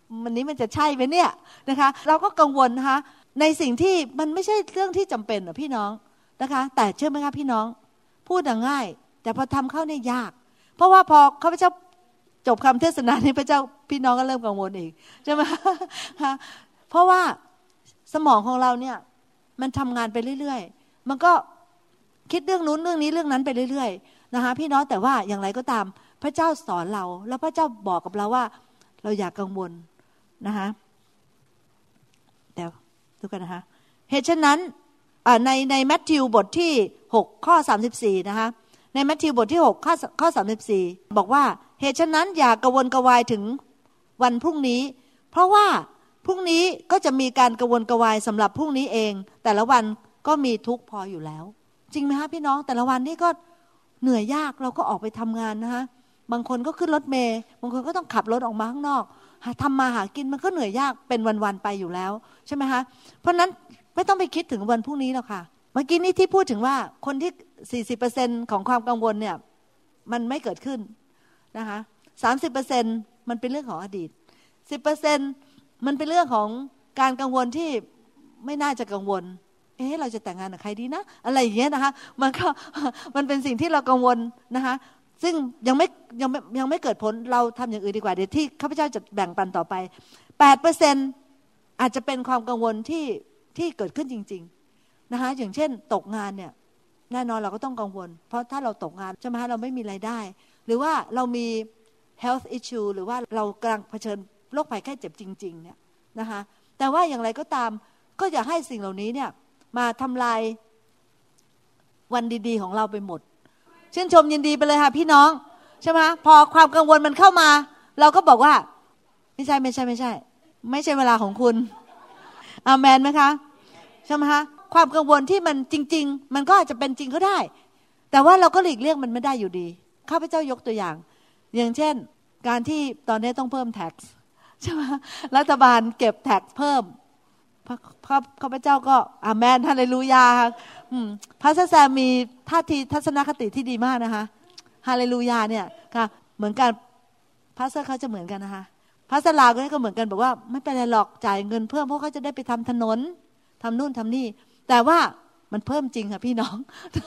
B: วันนี้มันจะใช่ไหมเนี่ยนะคะเราก็กังวลนะคะในสิ่งที่มันไม่ใช่เรื่องที่จำเป็นอะพี่น้องนะคะแต่เชื่อไหมคะพี่น้องพูดง่ายแต่พอทำเข้าเนี่ยยากเพราะว่าพอข้าพเจ้าจบคำเทศนานี้พระเจ้าพี่น้องก็เริ่มกังวลอีกใช่ไหมเพราะว่าสมองของเราเนี่ยมันทำงานไปเรื่อยๆมันก็คิดเรื่องนู้นเรื่องนี้เรื่องนั้นไปเรื่อยๆนะคะพี่น้องแต่ว่าอย่างไรก็ตามพระเจ้าสอนเราแล้วพระเจ้าบอกกับเราว่าเราอย่ากังวลนะคะเดี๋ยวดูกันนะคะเหตุฉะนั้นในในมัทธิวบทที่หกข้อสามสิบสี่นะคะในมัทธิวบทที่หกข้อข้อสามสิบสี่บอกว่าเหตุฉะนั้นอย่ากระวนกระวายถึงวันพรุ่งนี้เพราะว่าพรุ่งนี้ก็จะมีการกระวนกระวายสำหรับพรุ่งนี้เองแต่ละวันก็มีทุกข์พออยู่แล้วจริงไหมคะพี่น้องแต่ละวันนี่ก็เหนื่อยยากเราก็ออกไปทำงานนะคะบางคนก็ขึ้นรถเมล์บางคนก็ต้องขับรถออกมาข้างนอกทำมาหากินมันก็เหนื่อยยากเป็นวันๆไปอยู่แล้วใช่ไหมคะเพราะนั้นไม่ต้องไปคิดถึงวันพรุ่งนี้หรอกค่ะเมื่อกี้นี้ที่พูดถึงว่าคนที่ สี่สิบเปอร์เซ็นต์ ของความกังวลเนี่ยมันไม่เกิดขึ้นนะคะ สามสิบเปอร์เซ็นต์ มันเป็นเรื่องของอดีต สิบเปอร์เซ็นต์ มันเป็นเรื่องของการกังวลที่ไม่น่าจะกังวลเอ๊ะเราจะแต่งงานกับใครดีนะอะไรอย่างเงี้ยนะคะมันก็มันเป็นสิ่งที่เรากังวลนะคะซึ่งยังไม่ยังไม่ยังไม่เกิดผลเราทำอย่างอื่นดีกว่าเดี๋ยวที่ข้าพเจ้าจะแบ่งปันต่อไป แปดเปอร์เซ็นต์ อาจจะเป็นความกังวลที่ที่เกิดขึ้นจริงๆนะคะอย่างเช่นตกงานเนี่ยแน่นอนเราก็ต้องกังวลเพราะถ้าเราตกงานใช่ไหมคะเราไม่มีรายได้หรือว่าเรามี health issue หรือว่าเรากำลังเผชิญโรคภัยไข้เจ็บจริงๆเนี่ยนะคะแต่ว่าอย่างไรก็ตามก็อย่าให้สิ่งเหล่านี้เนี่ยมาทำลายวันดีๆของเราไปหมดชื่นชมยินดีไปเลยค่ะพี่น้องใช่ไหมพอความกังวลมันเข้ามาเราก็บอกว่าไม่ใช่ไม่ใช่ไม่ใช่ไม่ใช่เวลาของคุณอาเมนไหมคะใช่ไหมคะความกังวลที่มันจริงๆมันก็อาจจะเป็นจริงก็ได้แต่ว่าเราก็หลีกเลี่ยงมันไม่ได้อยู่ดีข้าพเจ้ายกตัวอย่างอย่างเช่นการที่ตอนนี้ต้องเพิ่ม tax ใช่ไหมรัฐบาลเก็บ tax เพิ่มข้าพเจ้าก็อาเมนฮาเลลูยาพระแซมมีท่าทีทัศนคติที่ดีมากนะคะฮาเลลูยาเนี่ยค่ะเหมือนกันพระเซอร์เขาจะเหมือนกันนะคะพระสลาก็เหมือนกันบอกว่าไม่เป็นไรหรอกจ่ายเงินเพิ่มเพราะเขาจะได้ไปทำถนนทำนู่นทำนี่แต่ว่ามันเพิ่มจริงค่ะพี่น้อง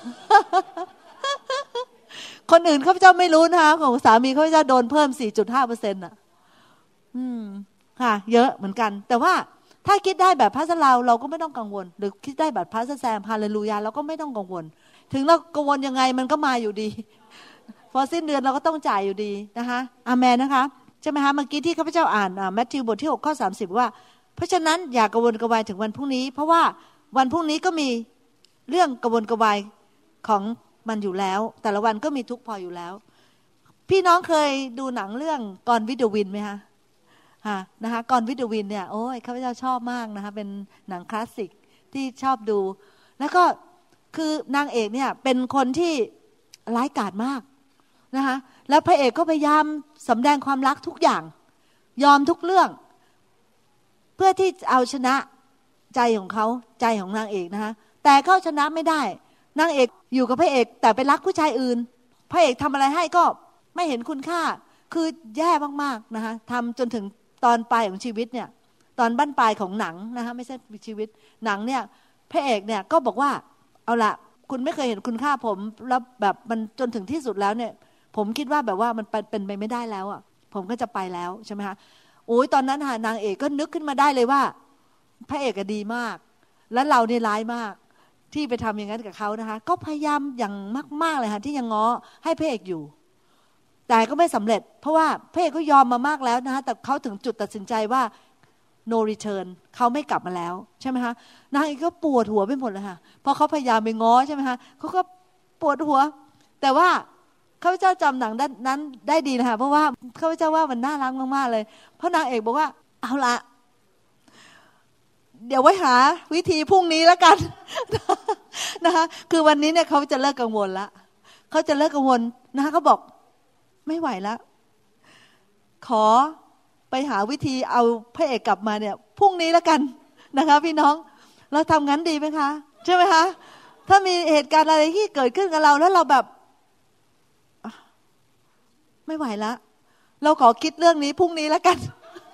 B: คนอื่นข้าพเจ้าไม่รู้นะคะของสามีข้าพเจ้าโดนเพิ่ม สี่จุดห้าเปอร์เซ็นต์ อ่ะอืมค่ะเยอะเหมือนกันแต่ว่าถ้าคิดได้แบบพระสลาเราก็ไม่ต้องกังวลหรือคิดได้แบบพระแซมฮาเลลูยาเราก็ไม่ต้องกังวลถึงเรากังวลยังไงมันก็มาอยู่ดีพอสิ้นเดือนเราก็ต้องจ่ายอยู่ดีนะคะอาเมนนะคะใช่ไหมคะเมื่อกี้ที่ข้าพเจ้าอ่านมัทธิวบทที่หกข้อสามสิบว่าเพราะฉะนั้นอย่ากระวนกระวายถึงวันพรุ่งนี้เพราะว่าวันพรุ่งนี้ก็มีเรื่องกระวนกระวายของมันอยู่แล้วแต่ละวันก็มีทุกข์พออยู่แล้วพี่น้องเคยดูหนังเรื่องกอนวิดวินไหมคะค่ะนะคะกอนวิดวินเนี่ยโอ้ยข้าพเจ้าชอบมากนะคะเป็นหนังคลาสสิกที่ชอบดูแล้วก็คือนางเอกเนี่ยเป็นคนที่ร้ายกาจมากนะคะแล้วพระเอกก็พยายามสำแดงความรักทุกอย่างยอมทุกเรื่องเพื่อที่เอาชนะใจของเขาใจของนางเอกนะคะแต่เขาชนะไม่ได้นางเอกอยู่กับพระเอกแต่ไปรักผู้ชายอื่นพระเอกทำอะไรให้ก็ไม่เห็นคุณค่าคือแย่มากๆนะคะทำจนถึงตอนปลายของชีวิตเนี่ยตอนบั้นปลายของหนังนะคะไม่ใช่ชีวิตหนังเนี่ยพระเอกเนี่ยก็บอกว่าเอาละคุณไม่เคยเห็นคุณค่าผมแล้วแบบมันจนถึงที่สุดแล้วเนี่ยผมคิดว่าแบบว่ามันเป็นไปไม่ได้แล้วอ่ะผมก็จะไปแล้วใช่ไหมคะโอ้ยตอนนั้นนางเอกก็นึกขึ้นมาได้เลยว่าพระเอกก็ดีมากแล้วเราเนี่ยร้ายมากที่ไปทำอย่างนั้นกับเขานะคะก็พยายามอย่างมากๆเลยค่ะที่ยังง้อให้พระเอกอยู่แต่ก็ไม่สำเร็จเพราะว่าพระเอกก็ยอมมามากแล้วนะคะแต่เขาถึงจุดตัดสินใจว่า no return เขาไม่กลับมาแล้วใช่ไหมคะนางเอกก็ปวดหัวไปหมดเลยค่ะเพราะเขาพยายามไปง้อใช่ไหมคะเขาก็ปวดหัวแต่ว่าข้าพเจ้าจำหนังนั้นได้ดีนะคะเพราะว่าข้าพเจ้าว่ามันน่ารักมากๆเลยเพราะนางเอกบอกว่าเอาละเดี๋ยวไว้หาวิธีพรุ่งนี้แล้วกันนะคะคือวันนี้เนี่ยเขาจะเลิกกังวลละเขาจะเลิกกังวลนะคะเขาบอกไม่ไหวแล้วขอไปหาวิธีเอาพระเอกกลับมาเนี่ยพรุ่งนี้แล้วกันนะคะพี่น้องเราทำงั้นดีไหมคะใช่ไหมคะถ้ามีเหตุการณ์อะไรที่เกิดขึ้นกับเราแล้วเราแบบไม่ไหวแล้วเราขอคิดเรื่องนี้พรุ่งนี้แล้วกัน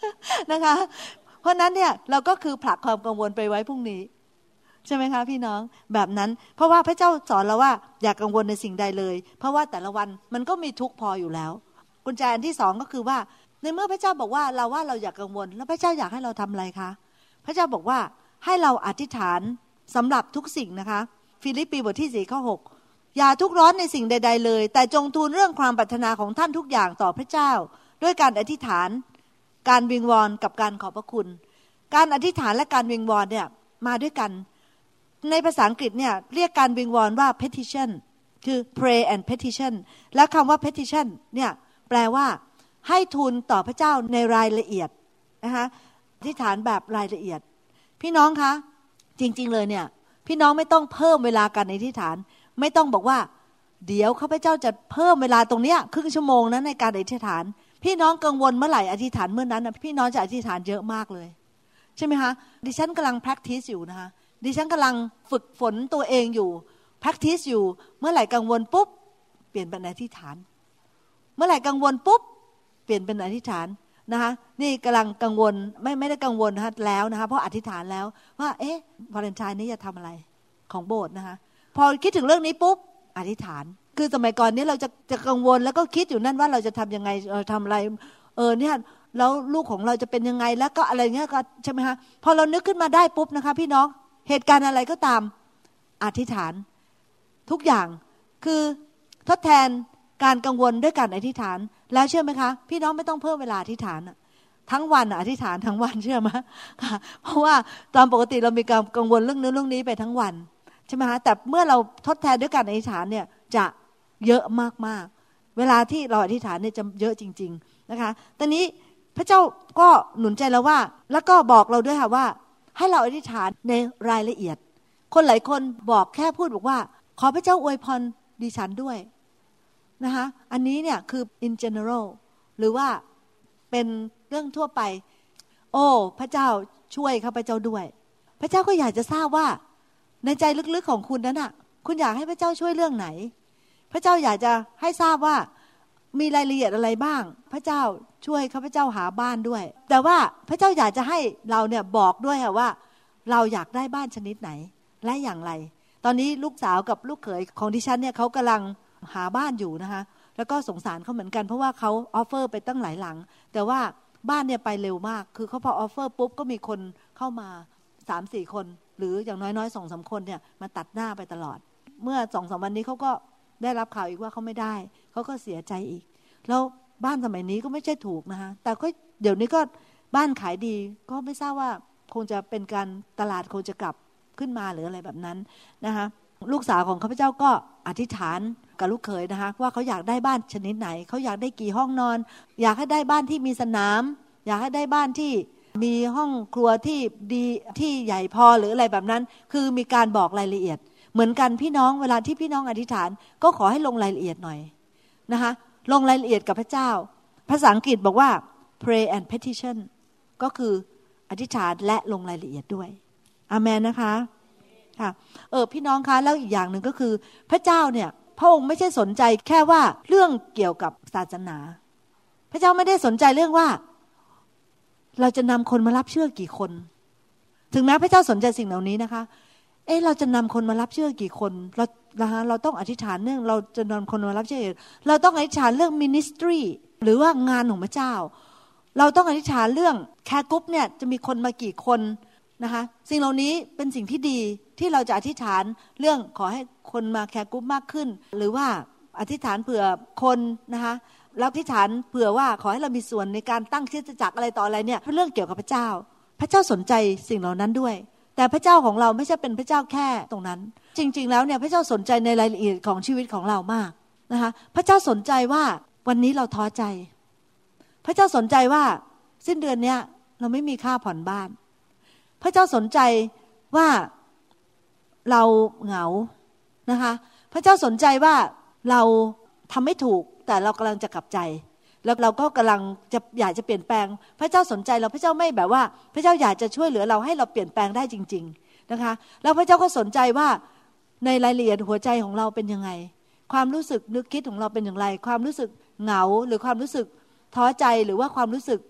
B: นะคะเพราะนั้นเนี่ยเราก็คือผลักความกังวลไปไว้พรุ่งนี้ใช่ไหมคะพี่น้องแบบนั้นเพราะว่าพระเจ้าสอนเราว่าอย่ากังวลในสิ่งใดเลยเพราะว่าแต่ละวันมันก็มีทุกข์พออยู่แล้วกุญแจอันที่สองก็คือว่าในเมื่อพระเจ้าบอกว่าเราว่าเราอย่ากังวลแล้วพระเจ้าอยากให้เราทำอะไรคะพระเจ้าบอกว่าให้เราอธิษฐานสำหรับทุกสิ่งนะคะฟิลิปปีบทที่สี่ข้อหกอย่าทุกข์ร้อนในสิ่งใดๆเลยแต่จงทูลเรื่องความปรารถนาของท่านทุกอย่างต่อพระเจ้าด้วยการอธิษฐานการวิงวอนกับการขอบพระคุณการอธิษฐานและการวิงวอนเนี่ยมาด้วยกันในภาษาอังกฤษเนี่ยเรียกการวิงวอนว่า petition คือ pray and petition แล้วคำว่า petition เนี่ยแปลว่าให้ทูลต่อพระเจ้าในรายละเอียดนะคะอธิษฐานแบบรายละเอียดพี่น้องคะจริงๆเลยเนี่ยพี่น้องไม่ต้องเพิ่มเวลาการอธิษฐานไม่ต้องบอกว่าเดี๋ยวข้าพเจ้าจะเพิ่มเวลาตรงเนี้ยครึ่งชั่วโมงนั้นในการอธิษฐานพี่น้องกังวลเมื่อไหร่อธิษฐานเมื่อนั้นนะพี่น้องจะอธิษฐานเยอะมากเลยใช่ไหมคะดิฉันกำลัง practice อยู่นะคะดิฉันกำลังฝึกฝนตัวเองอยู่ practice อยู่เมื่อไหร่กังวลปุ๊บเปลี่ยนเป็นอธิษฐานเมื่อไหร่กังวลปุ๊บเปลี่ยนเป็นอธิษฐานนะคะนี่กำลังกังวลไม่ไม่ได้กังวลนะคะแล้วนะคะเพราะอธิษฐานแล้วว่าเอ๊ะวาเลนไทน์นี้จะทำอะไรของโบสถ์นะคะพอคิดถึงเรื่องนี้ปุ๊บอธิษฐานคือสมัยก่อนนี้เราจะจะกังวลแล้วก็คิดอยู่นั่นว่าเราจะทำยังไงเออทำอะไรเออเนี่ยแล้วลูกของเราจะเป็นยังไงแล้วก็อะไรเงี้ยก็ใช่ไหมคะพอเรานึกขึ้นมาได้ปุ๊บนะคะพี่น้องเหตุการณ์อะไรก็ตามอธิษฐานทุกอย่างคือทดแทนการกังวลด้วยการอธิษฐานแล้วเชื่อไหมคะพี่น้องไม่ต้องเพิ่มเวลาอธิษฐานทั้งวันอธิษฐานทั้งวันเชื่อไหมเพราะว่าตามปกติเรามีการกังวลเรื่องนู้นเรื่องนี้ไปทั้งวันใช่ไหมคะแต่เมื่อเราทดแทนด้วยการอธิษฐานเนี่ยจะเยอะมากๆเวลาที่เราอธิษฐานเนี่ยจะเยอะจริงๆนะคะตอนนี้พระเจ้าก็หนุนใจเราว่าแล้วก็บอกเราด้วยค่ะว่าให้เราอธิษฐานในรายละเอียดคนหลายคนบอกแค่พูดบอกว่าขอพระเจ้าอวยพรดิฉันด้วยนะคะอันนี้เนี่ยคือ in general หรือว่าเป็นเรื่องทั่วไปโอ้พระเจ้าช่วยข้าพเจ้าด้วยพระเจ้าก็อยากจะทราบว่าในใจลึกๆของคุณนั้นน่ะคุณอยากให้พระเจ้าช่วยเรื่องไหนพระเจ้าอยากจะให้ทราบว่ามีรายละเอียดอะไรบ้างพระเจ้าช่วยข้าพเจ้าหาบ้านด้วยแต่ว่าพระเจ้าอยากจะให้เราเนี่ยบอกด้วยค่ะว่าเราอยากได้บ้านชนิดไหนและอย่างไรตอนนี้ลูกสาวกับลูกเขยของดิฉันเนี่ยเขากำลังหาบ้านอยู่นะคะแล้วก็สงสารเขาเหมือนกันเพราะว่าเขาออฟเฟอร์ไปตั้งหลายหลังแต่ว่าบ้านเนี่ยไปเร็วมากคือเขาพอออฟเฟอร์ปุ๊บก็มีคนเข้ามา สามสี่ คนหรืออย่างน้อยๆ สองสาม คนเนี่ยมาตัดหน้าไปตลอดเมื่อ สองสาม วันนี้เขาก็ได้รับข่าวอีกว่าเขาไม่ได้เขาก็เสียใจอีกแล้วบ้านสมัยนี้ก็ไม่ใช่ถูกนะคะแต่ก็เดี๋ยวนี้ก็บ้านขายดีก็ไม่ทราบว่าคงจะเป็นการตลาดคงจะกลับขึ้นมาหรืออะไรแบบนั้นนะคะลูกสาวของข้าพเจ้าก็อธิษฐานกับลูกเขยนะคะว่าเขาอยากได้บ้านชนิดไหนเขาอยากได้กี่ห้องนอนอยากให้ได้บ้านที่มีสนามอยากให้ได้บ้านที่มีห้องครัวที่ดีที่ใหญ่พอหรืออะไรแบบนั้นคือมีการบอกรายละเอียดเหมือนกันพี่น้องเวลาที่พี่น้องอธิษฐานก็ขอให้ลงรายละเอียดหน่อยนะคะลงรายละเอียดกับพระเจ้าภาษาอังกฤษบอกว่า pray and petition ก็คืออธิษฐานและลงรายละเอียดด้วยอาเมนนะคะค่ะเออพี่น้องคะแล้วอีกอย่างหนึ่งก็คือพระเจ้าเนี่ยพระองค์ไม่ใช่สนใจแค่ว่าเรื่องเกี่ยวกับศาสนาพระเจ้าไม่ได้สนใจเรื่องว่าเราจะนำคนมารับเชื่อกี่คนถึงแม้พระเจ้าสนใจสิ่งเหล่านี้นะคะเอ๊ะเราจะนำคนมารับเชื่อกี่คนเรานะคะเราต้องอธิษฐานเรื่องเราจะนำคนมารับเชื่อเราต้องอธิษฐานเรื่องมินิสทรีหรือว่างานของพระเจ้าเราต้องอธิษฐานเรื่องแคร์กรุ๊ปเนี่ยจะมีคนมากี่คนนะคะสิ่งเหล่านี้เป็นสิ่งที่ดีที่เราจะอธิษฐานเรื่องขอให้คนมาแคร์กรุ๊ปมากขึ้นหรือว่าอธิษฐานเผื่อคนนะคะแล้วอธิษฐานเผื่อว่าขอให้เรามีส่วนในการตั้งคริสตจักรอะไรต่ออะไรเนี่ยเป็นเรื่องเกี่ยวกับพระเจ้าพระเจ้าสนใจสิ่งเหล่านั้นด้วยแต่พระเจ้าของเราไม่ใช่เป็นพระเจ้าแค่ตรงนั้นจริงๆแล้วเนี่ยพระเจ้าสนใจในรายละเอียดของชีวิตของเรามากนะคะพระเจ้าสนใจว่าวันนี้เราท้อใจพระเจ้าสนใจว่าสิ้นเดือนเนี้ยเราไม่มีค่าผ่อนบ้านพระเจ้าสนใจว่าเราเหงานะคะพระเจ้าสนใจว่าเราทำไม่ถูกแต่เรากำลังจะกลับใจแล้วเราก็กำลังจะอยากจะเปลี่ยนแปลงพระเจ้าสนใจเราพระเจ้าไม่แบบว่าพระเจ้าอยากจะช่วยเหลือเราให้เราเปลี่ยนแปลงได้จริงๆนะคะแล้วพระเจ้าก็สนใจว่าในรายละเอียดหัวใจของเราเป็นยังไงความรู้สึกนึกคิดของเราเป็นอย่างไรความรู้สึกเหงาหรือความรู้สึกท้อใจหรือว่าความรู้สึก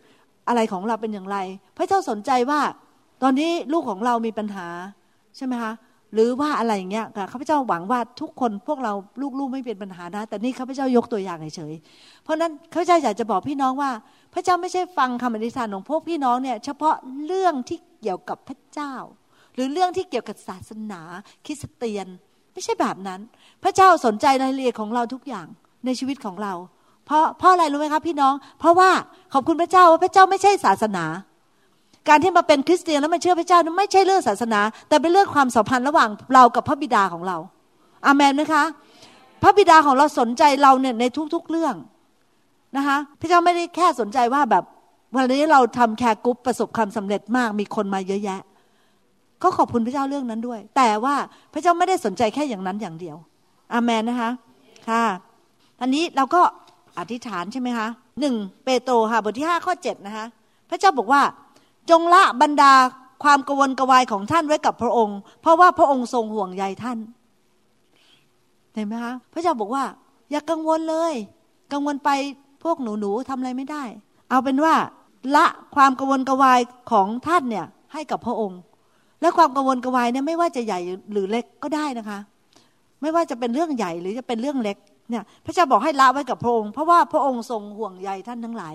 B: อะไรของเราเป็นอย่างไรพระเจ้าสนใจว่าตอนนี้ลูกของเรามีปัญหาใช่ไหมคะหรือว่าอะไรอย่างเงี้ยข้าพเจ้าหวังว่าทุกคนพวกเราลูกๆไม่เป็นปัญหานะแต่นี่ข้าพเจ้ายกตัวอย่างเฉยๆเพราะนั้นข้าพเจ้าอยากจะบอกพี่น้องว่าพระเจ้าไม่ใช่ฟังคำอธิษฐานของพวกพี่น้องเนี่ยเฉพาะเรื่องที่เกี่ยวกับพระเจ้าหรือเรื่องที่เกี่ยวกับศาสนาคริสเตียนไม่ใช่แบบนั้นพระเจ้าสนใจรายละเอียดของเราทุกอย่างในชีวิตของเราเพราะเพราะอะไรรู้ไหมครับพี่น้องเพราะว่าขอบคุณพระเจ้าว่าพระเจ้าไม่ใช่ศาสนาการที่มาเป็นคริสเตียนแล้วมาเชื่อพระเจ้านั้นไม่ใช่เรื่องศาสนาแต่เป็นเรื่องความสัมพันธ์ระหว่างเรากับพระบิดาของเราอาเมนนะคะพระบิดาของเราสนใจเราเนี่ยในทุกๆเรื่องนะคะพระเจ้าไม่ได้แค่สนใจว่าแบบวันนี้เราทำแคร์กรุ๊ปประสบความสำเร็จมากมีคนมาเยอะแยะก็ขอบคุณพระเจ้าเรื่องนั้นด้วยแต่ว่าพระเจ้าไม่ได้สนใจแค่อย่างนั้นอย่างเดียวอาเมนนะคะค่ะอันนี้เราก็อธิษฐานใช่ไหมคะหนึ่งเปโตรค่ะบทที่ห้าข้อเจ็ดนะคะพระเจ้าบอกว่าจงละบรรดาความกังวลกวายของท่านไว้กับพระองค์เพราะว่าพระองค์ทรงห่วงใยท่านเห็นไหมคะพระเจ้าบอกว่าอย่ากังวลเลยกังวลไปพวกหนูๆทำอะไรไม่ได้เอาเป็นว่าละความกังวลกวายของท่านเนี่ยให้กับพระองค์และความกังวลกวายเนี่ยไม่ว่าจะใหญ่หรือเล็กก็ได้นะคะไม่ว่าจะเป็นเรื่องใหญ่หรือจะเป็นเรื่องเล็กเนี่ยพระเจ้าบอกให้ละไว้กับพระองค์เพราะว่าพระองค์ทรงห่วงใยท่านทั้งหลาย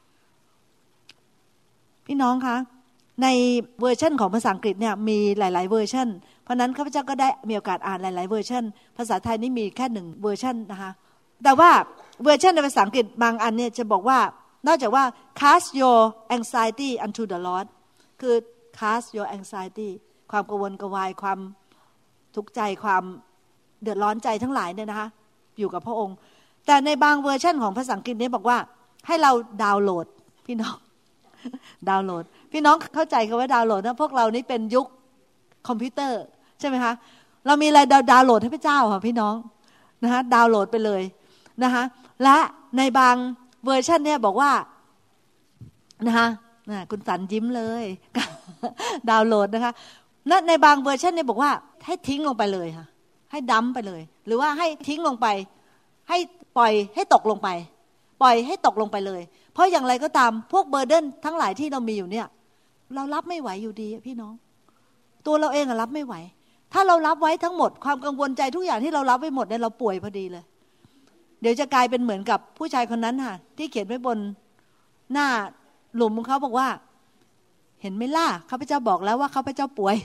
B: พี่น้องคะในเวอร์ชันของภาษาอังกฤษเนี่ยมีหลายๆเวอร์ชันเพราะนั้นข้าพเจ้าก็ได้มีโอกาสอ่านหลายๆเวอร์ชันภาษาไทยนี่มีแค่หนึ่งเวอร์ชันนะคะแต่ว่าเวอร์ชันในภาษาอังกฤษบางอันเนี่ยจะบอกว่านอกจากว่า cast your anxiety unto the Lord คือ cast your anxiety ความกังวลกวายความทุกข์ใจความเดือดร้อนใจทั้งหลายเนี่ยนะคะอยู่กับพระองค์แต่ในบางเวอร์ชันของภาษาอังกฤษเนี่ยบอกว่าให้เราดาวน์โหลดพี่น้องดาวน์โหลดพี่น้องเข้าใจคำว่าดาวน์โหลดนะพวกเรานี่เป็นยุคคอมพิวเตอร์ใช่ไหมคะเรามีอะไรดาวน์โหลดให้พระเจ้าค่ะพี่น้องนะคะดาวน์โหลดไปเลยนะคะและในบางเวอร์ชันเนี่ยบอกว่านะคะคุณสันยิ้มเลยดาวน์โหลดนะคะในบางเวอร์ชันเนี่ยบอกว่าให้ทิ้งลงไปเลยค่ะให้ดั้มไปเลยหรือว่าให้ทิ้งลงไปให้ปล่อยให้ตกลงไปปล่อยให้ตกลงไปเลยเพราะอย่างไรก็ตามพวกเบอร์เดนทั้งหลายที่เรามีอยู่เนี่ยเรารับไม่ไหวอยู่ดีพี่น้องตัวเราเองอะรับไม่ไหวถ้าเรารับไว้ทั้งหมดความกังวลใจทุกอย่างที่เรารับไว้หมดเนี่ยเราป่วยพอดีเลยเดี๋ยวจะกลายเป็นเหมือนกับผู้ชายคนนั้นค่ะที่เขียนไว้บนหน้าหลุมของเขาบอกว่าเห็นไหมล่ะข้าพเจ้าบอกแล้วว่าข้าพเจ้าป่วย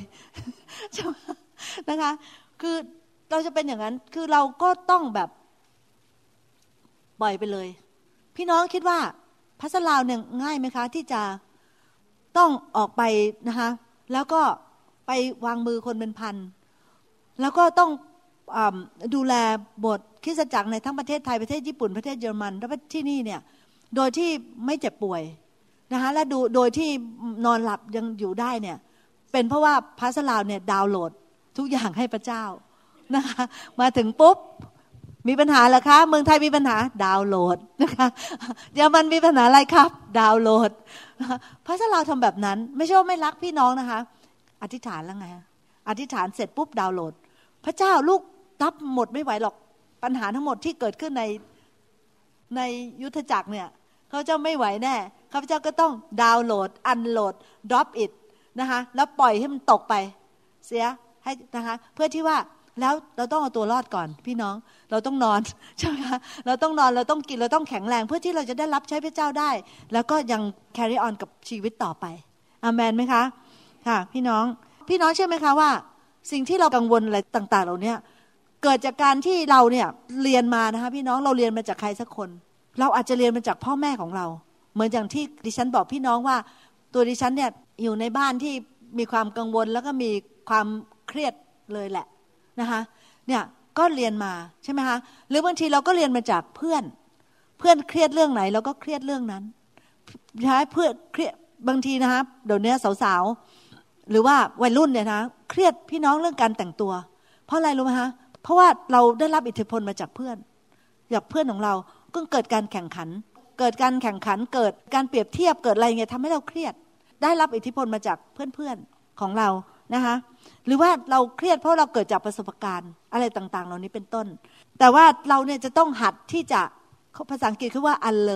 B: นะคะคือเราจะเป็นอย่างนั้นคือเราก็ต้องแบบปล่อยไปเลยพี่น้องคิดว่าภาษาลาวเนี่ยง่ายไหมคะที่จะต้องออกไปนะคะแล้วก็ไปวางมือคนเป็นพันแล้วก็ต้องดูแลบทคริสตจักรในทั้งประเทศไทยประเทศญี่ปุ่นประเทศเยอรมันและที่นี่เนี่ยโดยที่ไม่เจ็บป่วยนะคะและดูโดยที่นอนหลับยังอยู่ได้เนี่ยเป็นเพราะว่าภาษาลาวเนี่ยดาวน์โหลดทุกอย่างให้พระเจ้านะคะมาถึงปุ๊บมีปัญหาเหรอคะเมืองไทยมีปัญหาดาวน์โหลดนะคะเยอรมันมีปัญหาอะไรครับดาวน์โหลดพระเจ้าเราทำแบบนั้นไม่ใช่ว่าไม่รักพี่น้องนะคะอธิษฐานแล้วไงอธิษฐานเสร็จปุ๊บดาวน์โหลดพระเจ้าลูกรับหมดไม่ไหวหรอกปัญหาทั้งหมดที่เกิดขึ้นในในยุทธจักรเนี่ยเขาเจ้าไม่ไหวแน่ข้าพเจ้าก็ต้องดาวน์โหลดอันโหลด drop it นะคะแล้วปล่อยให้มันตกไปเสียให้นะคะเพื่อที่ว่าแล้วเราต้องเอาตัวรอดก่อนพี่น้องเราต้องนอนใช่ไหมคะเราต้องนอนเราต้องกินเราต้องแข็งแรงเพื่อที่เราจะได้รับใช้พระเจ้าได้แล้วก็ยัง carry on กับชีวิตต่อไปอาเมนไหมคะค่ะพี่น้องพี่น้องเชื่อไหมคะว่าสิ่งที่เรากังวลอะไรต่างๆเหล่านี้เกิดจากการที่เราเนี่ยเรียนมานะคะพี่น้องเราเรียนมาจากใครสักคนเราอาจจะเรียนมาจากพ่อแม่ของเราเหมือนอย่างที่ดิฉันบอกพี่น้องว่าตัวดิฉันเนี่ยอยู่ในบ้านที่มีความกังวลแล้วก็มีความเครียดเลยแหละนะคะเนี่ยก็เรียนมาใช่ไหมคะหรือบางทีเราก็เรียนมาจากเพื่อนเพื่อนเครียดเรื่องไหนเราก็เครียดเรื่องนั้นใช่เพื่อนเครียดบางทีนะคะเดี๋ยวนี้สาวๆหรือว่าวัยรุ่นเนี่ยนะเครียดพี่น้องเรื่องการแต่งตัวเพราะอะไรรู้ไหมคะเพราะว่าเราได้รับอิทธิพลมาจากเพื่อนจากเพื่อนของเราก็เกิดการแข่งขันเกิดการแข่งขันเกิดการเปรียบเทียบเกิดอะไรเงี้ยทำให้เราเครียดได้รับอิทธิพลมาจากเพื่อนๆของเรานะคะหรือว่าเราเครียดเพราะเราเกิดจากประสบการณ์อะไรต่างๆเหล่านี้เป็นต้นแต่ว่าเราเนี่ยจะต้องหัดที่จะภาษาอังกฤษคือว่า unlearn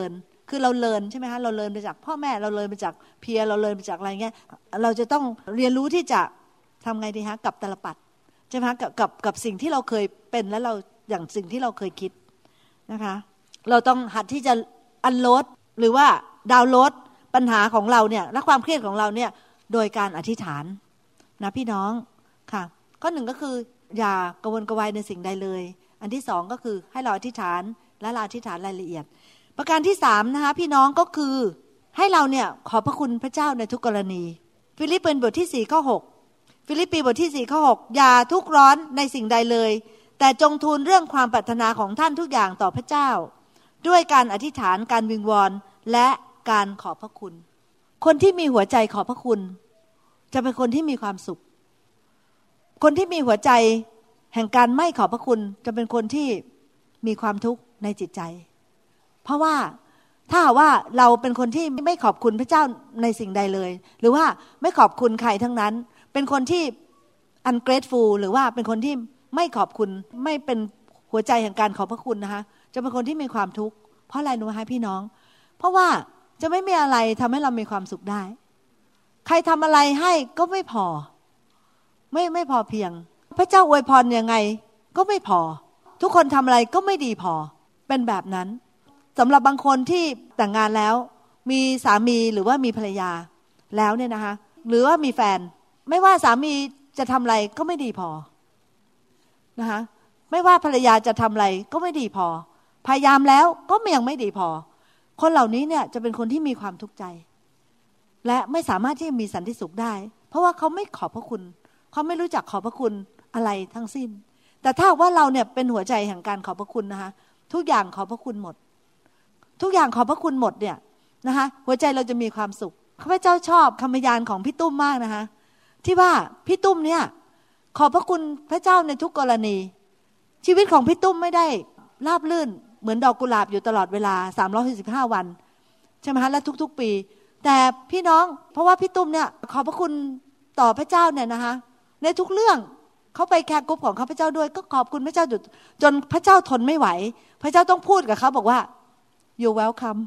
B: คือเราเรียนใช่ไหมคะเราเรียนมาจากพ่อแม่เราเรียนมาจากเพียเราเรียนมาจากอะไรเงี้ยเราจะต้องเรียนรู้ที่จะทำไงดีคะกับตลปัดใช่ไหมคะกับกับกับสิ่งที่เราเคยเป็นแล้วเราอย่างสิ่งที่เราเคยคิดนะคะเราต้องหัดที่จะอันโหลดหรือว่าดาวน์โหลดปัญหาของเราเนี่ยและความเครียดของเราเนี่ยโดยการอธิษฐานนะพี่น้องค่ะข้อหนึ่งก็คืออย่ากระวนกระวายในสิ่งใดเลยอันที่สองก็คือให้เราอธิษฐานและเราอธิษฐานรายละเอียดประการที่สามนะคะพี่น้องก็คือให้เราเนี่ยขอบพระคุณพระเจ้าในทุกกรณีฟิลิปปีบทที่สี่ข้อหกฟิลิปปีบทที่สี่ข้อหกอย่าทุกข์ร้อนในสิ่งใดเลยแต่จงทูลเรื่องความปรารถนาของท่านทุกอย่างต่อพระเจ้าด้วยการอธิษฐานการวิงวอนและการขอบพระคุณคนที่มีหัวใจขอบพระคุณจะเป็นคนที่มีความสุขคนที่มีหัวใจแห่งการไม่ขอบพระคุณจะเป็นคนที่มีความทุกข์ในจิตใจเพราะว่าถ้าว่าเราเป็นคนที่ไม่ขอบคุณพระเจ้าในสิ่งใดเลยหรือว่าไม่ขอบคุณใครทั้งนั้นเป็นคนที่ ungrateful หรือว่าเป็นคนที่ไม่ขอบคุณไม่เป็นหัวใจแห่งการขอบพระคุณนะคะจะเป็นคนที่มีความทุกข์เพราะอะไรรู้ไหมคะพี่น้องเพราะว่าจะไม่มีอะไรทำให้เรามีความสุขได้ใครทำอะไรให้ก็ไม่พอไม่ไม่พอเพียงพระเจ้าอวยพรยังไงก็ไม่พอทุกคนทำอะไรก็ไม่ดีพอเป็นแบบนั้นสำหรับบางคนที่แต่งงานแล้วมีสามีหรือว่ามีภรรยาแล้วเนี่ยนะคะหรือว่ามีแฟนไม่ว่าสามีจะทำอะไรก็ไม่ดีพอนะคะไม่ว่าภรรยาจะทำอะไรก็ไม่ดีพอพยายามแล้วก็ยังไม่ดีพอคนเหล่านี้เนี่ยจะเป็นคนที่มีความทุกข์ใจและไม่สามารถที่จะมีสันติสุขได้เพราะว่าเขาไม่ขอบพระคุณเขาไม่รู้จักขอบพระคุณอะไรทั้งสิ้นแต่ถ้าว่าเราเนี่ยเป็นหัวใจแห่งการขอบพระคุณนะคะทุกอย่างขอบพระคุณหมดทุกอย่างขอบพระคุณหมดเนี่ยนะคะหัวใจเราจะมีความสุขข้าพเจ้าชอบคำพยานของพี่ตุ้มมากนะคะที่ว่าพี่ตุ้มเนี่ยขอบพระคุณพระเจ้าในทุกกรณีชีวิตของพี่ตุ้มไม่ได้ราบรื่นเหมือนดอกกุหลาบอยู่ตลอดเวลาสามร้อยหกสิบห้าวันใช่ไหมคะและทุกๆปีแต่พี่น้องเพราะว่าพี่ตุ้มเนี่ยขอบพระคุณต่อพระเจ้าเนี่ยนะคะในทุกเรื่องเขาไปแคร์กรุ๊ปของข้าพเจ้าด้วยก็ขอบคุณพระเจ้าจุดจนพระเจ้าทนไม่ไหวพระเจ้าต้องพูดกับเขาบอกว่า you welcome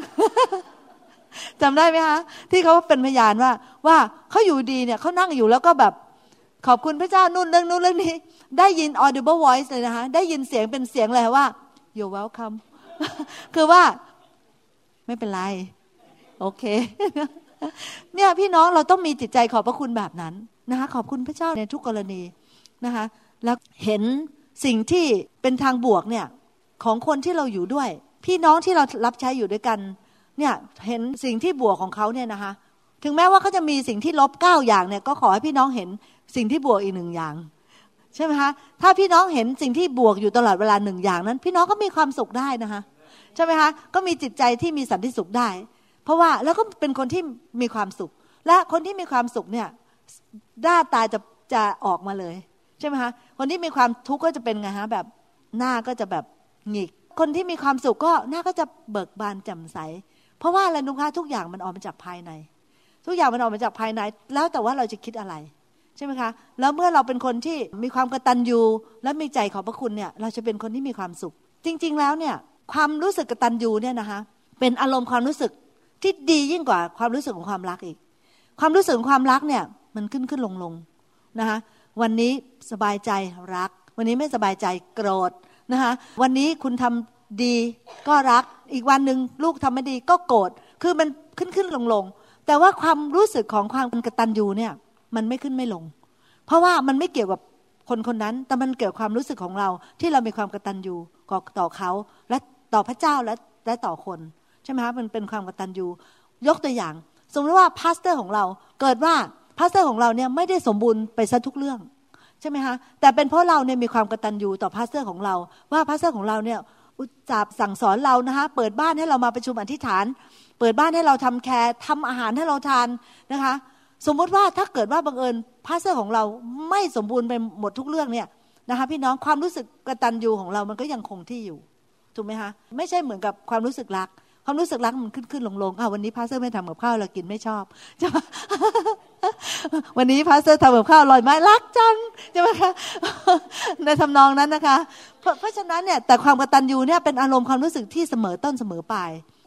B: จำได้ไหมคะที่เขาเป็นพยานว่าว่าเขาอยู่ดีเนี่ยเขานั่งอยู่แล้วก็แบบขอบคุณพระเจ้านู่นเรื่องนู่นเรื่องนี้ได้ยิน audible voice เลยนะคะได้ยินเสียงเป็นเสียงเลยว่า you welcome คือว่าไม่เป็นไรโอเคเนี่ยพี่น้องเราต้องมีจิตใจขอบพระคุณแบบนั้นนะคะขอบคุณพระเจ้าในทุกกรณีนะคะแล้วเห็นสิ่งที่เป็นทางบวกเนี่ยของคนที่เราอยู่ด้วยพี่น้องที่เรารับใช้อยู่ด้วยกันเนี่ยเห็นสิ่งที่บวกของเขาเนี่ยนะคะถึงแม้ว่าเขาจะมีสิ่งที่ลบเก้าอย่างเนี่ยก็ขอให้พี่น้องเห็นสิ่งที่บวกอีกหนึ่งอย่างใช่ไหมคะถ้าพี่น้องเห็นสิ่งที่บวกอยู่ตลอดเวลาหนึ่งอย่างนั้นพี่น้องก็มีความสุขได้นะคะใช่ไหมคะก็มีจิตใจที่มีสันติสุขได้เพราะว่าแล้วก็เป็นคนที่มีความสุขและคนที่มีความสุขเนี่ยหน้าตาจะจะออกมาเลยใช่ไหมคะคนที่มีความทุกข์ก็จะเป็นไงฮะแบบหน้าก็จะแบบหงิกคนที่มีความสุขก็หน้าก็จะเบิกบานแจ่มใสเพราะว่าอะไรนุ๊กคะทุกอย่างมันออกมาจากภายในทุกอย่างมันออกมาจากภายในแล้วแต่ว่าเราจะคิดอะไรใช่ไหมคะแล้วเมื่อเราเป็นคนที่มีความกตัญญูและมีใจขอบพระคุณเนี่ยเราจะเป็นคนที่มีความสุขจริงๆแล้วเนี่ยความรู้สึกกตัญญูเนี่ยนะคะเป็นอารมณ์ความรู้สึกที่ดียิ่งกว่าความรู้สึกของความรักอีกความรู้สึกของความรักเนี่ยมันขึ้นขึ้นลงลงนะคะวันนี้สบายใจรักวันนี้ไม่สบายใจโกรธนะคะวันนี้คุณทำดีก็รักอีกวันนึงลูกทำไม่ดีก็โกรธคือมันขึ้นขึ้นลงลงแต่ว่าความรู้สึกของความกตัญญูเนี่ยมันไม่ขึ้นไม่ลงเพราะว่ามันไม่เกี่ยวกับคนคนนั้นแต่มันเกี่ยวกับความรู้สึกของเราที่เรามีความกตัญญูต่อเขาและต่อพระเจ้าและและต่อคนใช่ไหมคะมันเป็นความกตัญญูยกตัวอย่างสมมติว่าพาสเตอร์ของเราเกิดว่าพาสเตอร์ของเราเนี่ยไม่ได้สมบูรณ์ไปซะทุกเรื่องใช่ไหมคะแต่เป็นเพราะเราเนี่ยมีความกตัญญูต่อพาสเตอร์ของเราว่าพาสเตอร์ของเราเนี่ยอุตส่าห์สั่งสอนเรานะคะเปิดบ้านให้เรามาประชุมอธิษฐานเปิดบ้านให้เราทำแคร์ทำอาหารให้เราทานนะคะสมมติว่าถ้าเกิดว่าบังเอิญพาสเตอร์ของเราไม่สมบูรณ์ไปหมดทุกเรื่องเนี่ยนะคะพี่น้องความรู้สึกกตัญญูของเรามันก็ยังคงที่อยู่ถูกไหมคะไม่ใช่เหมือนกับความรู้สึกรักความรู้สึกรักมันขึ้นขึ้นลงลงอ้าววันนี้พาสเตอร์ไม่ทำกับข้าวเรากินไม่ชอบใช่ไหมวันนี้พาสเตอร์ทำกับข้าวอร่อยไหมรักจังใช่ไหมคะในทำนองนั้นนะคะเพราะเพราะฉะนั้นเนี่ยแต่ความกตัญญูเนี่ยเป็นอารมณ์ความรู้สึกที่เสมอต้นเสมอปลาย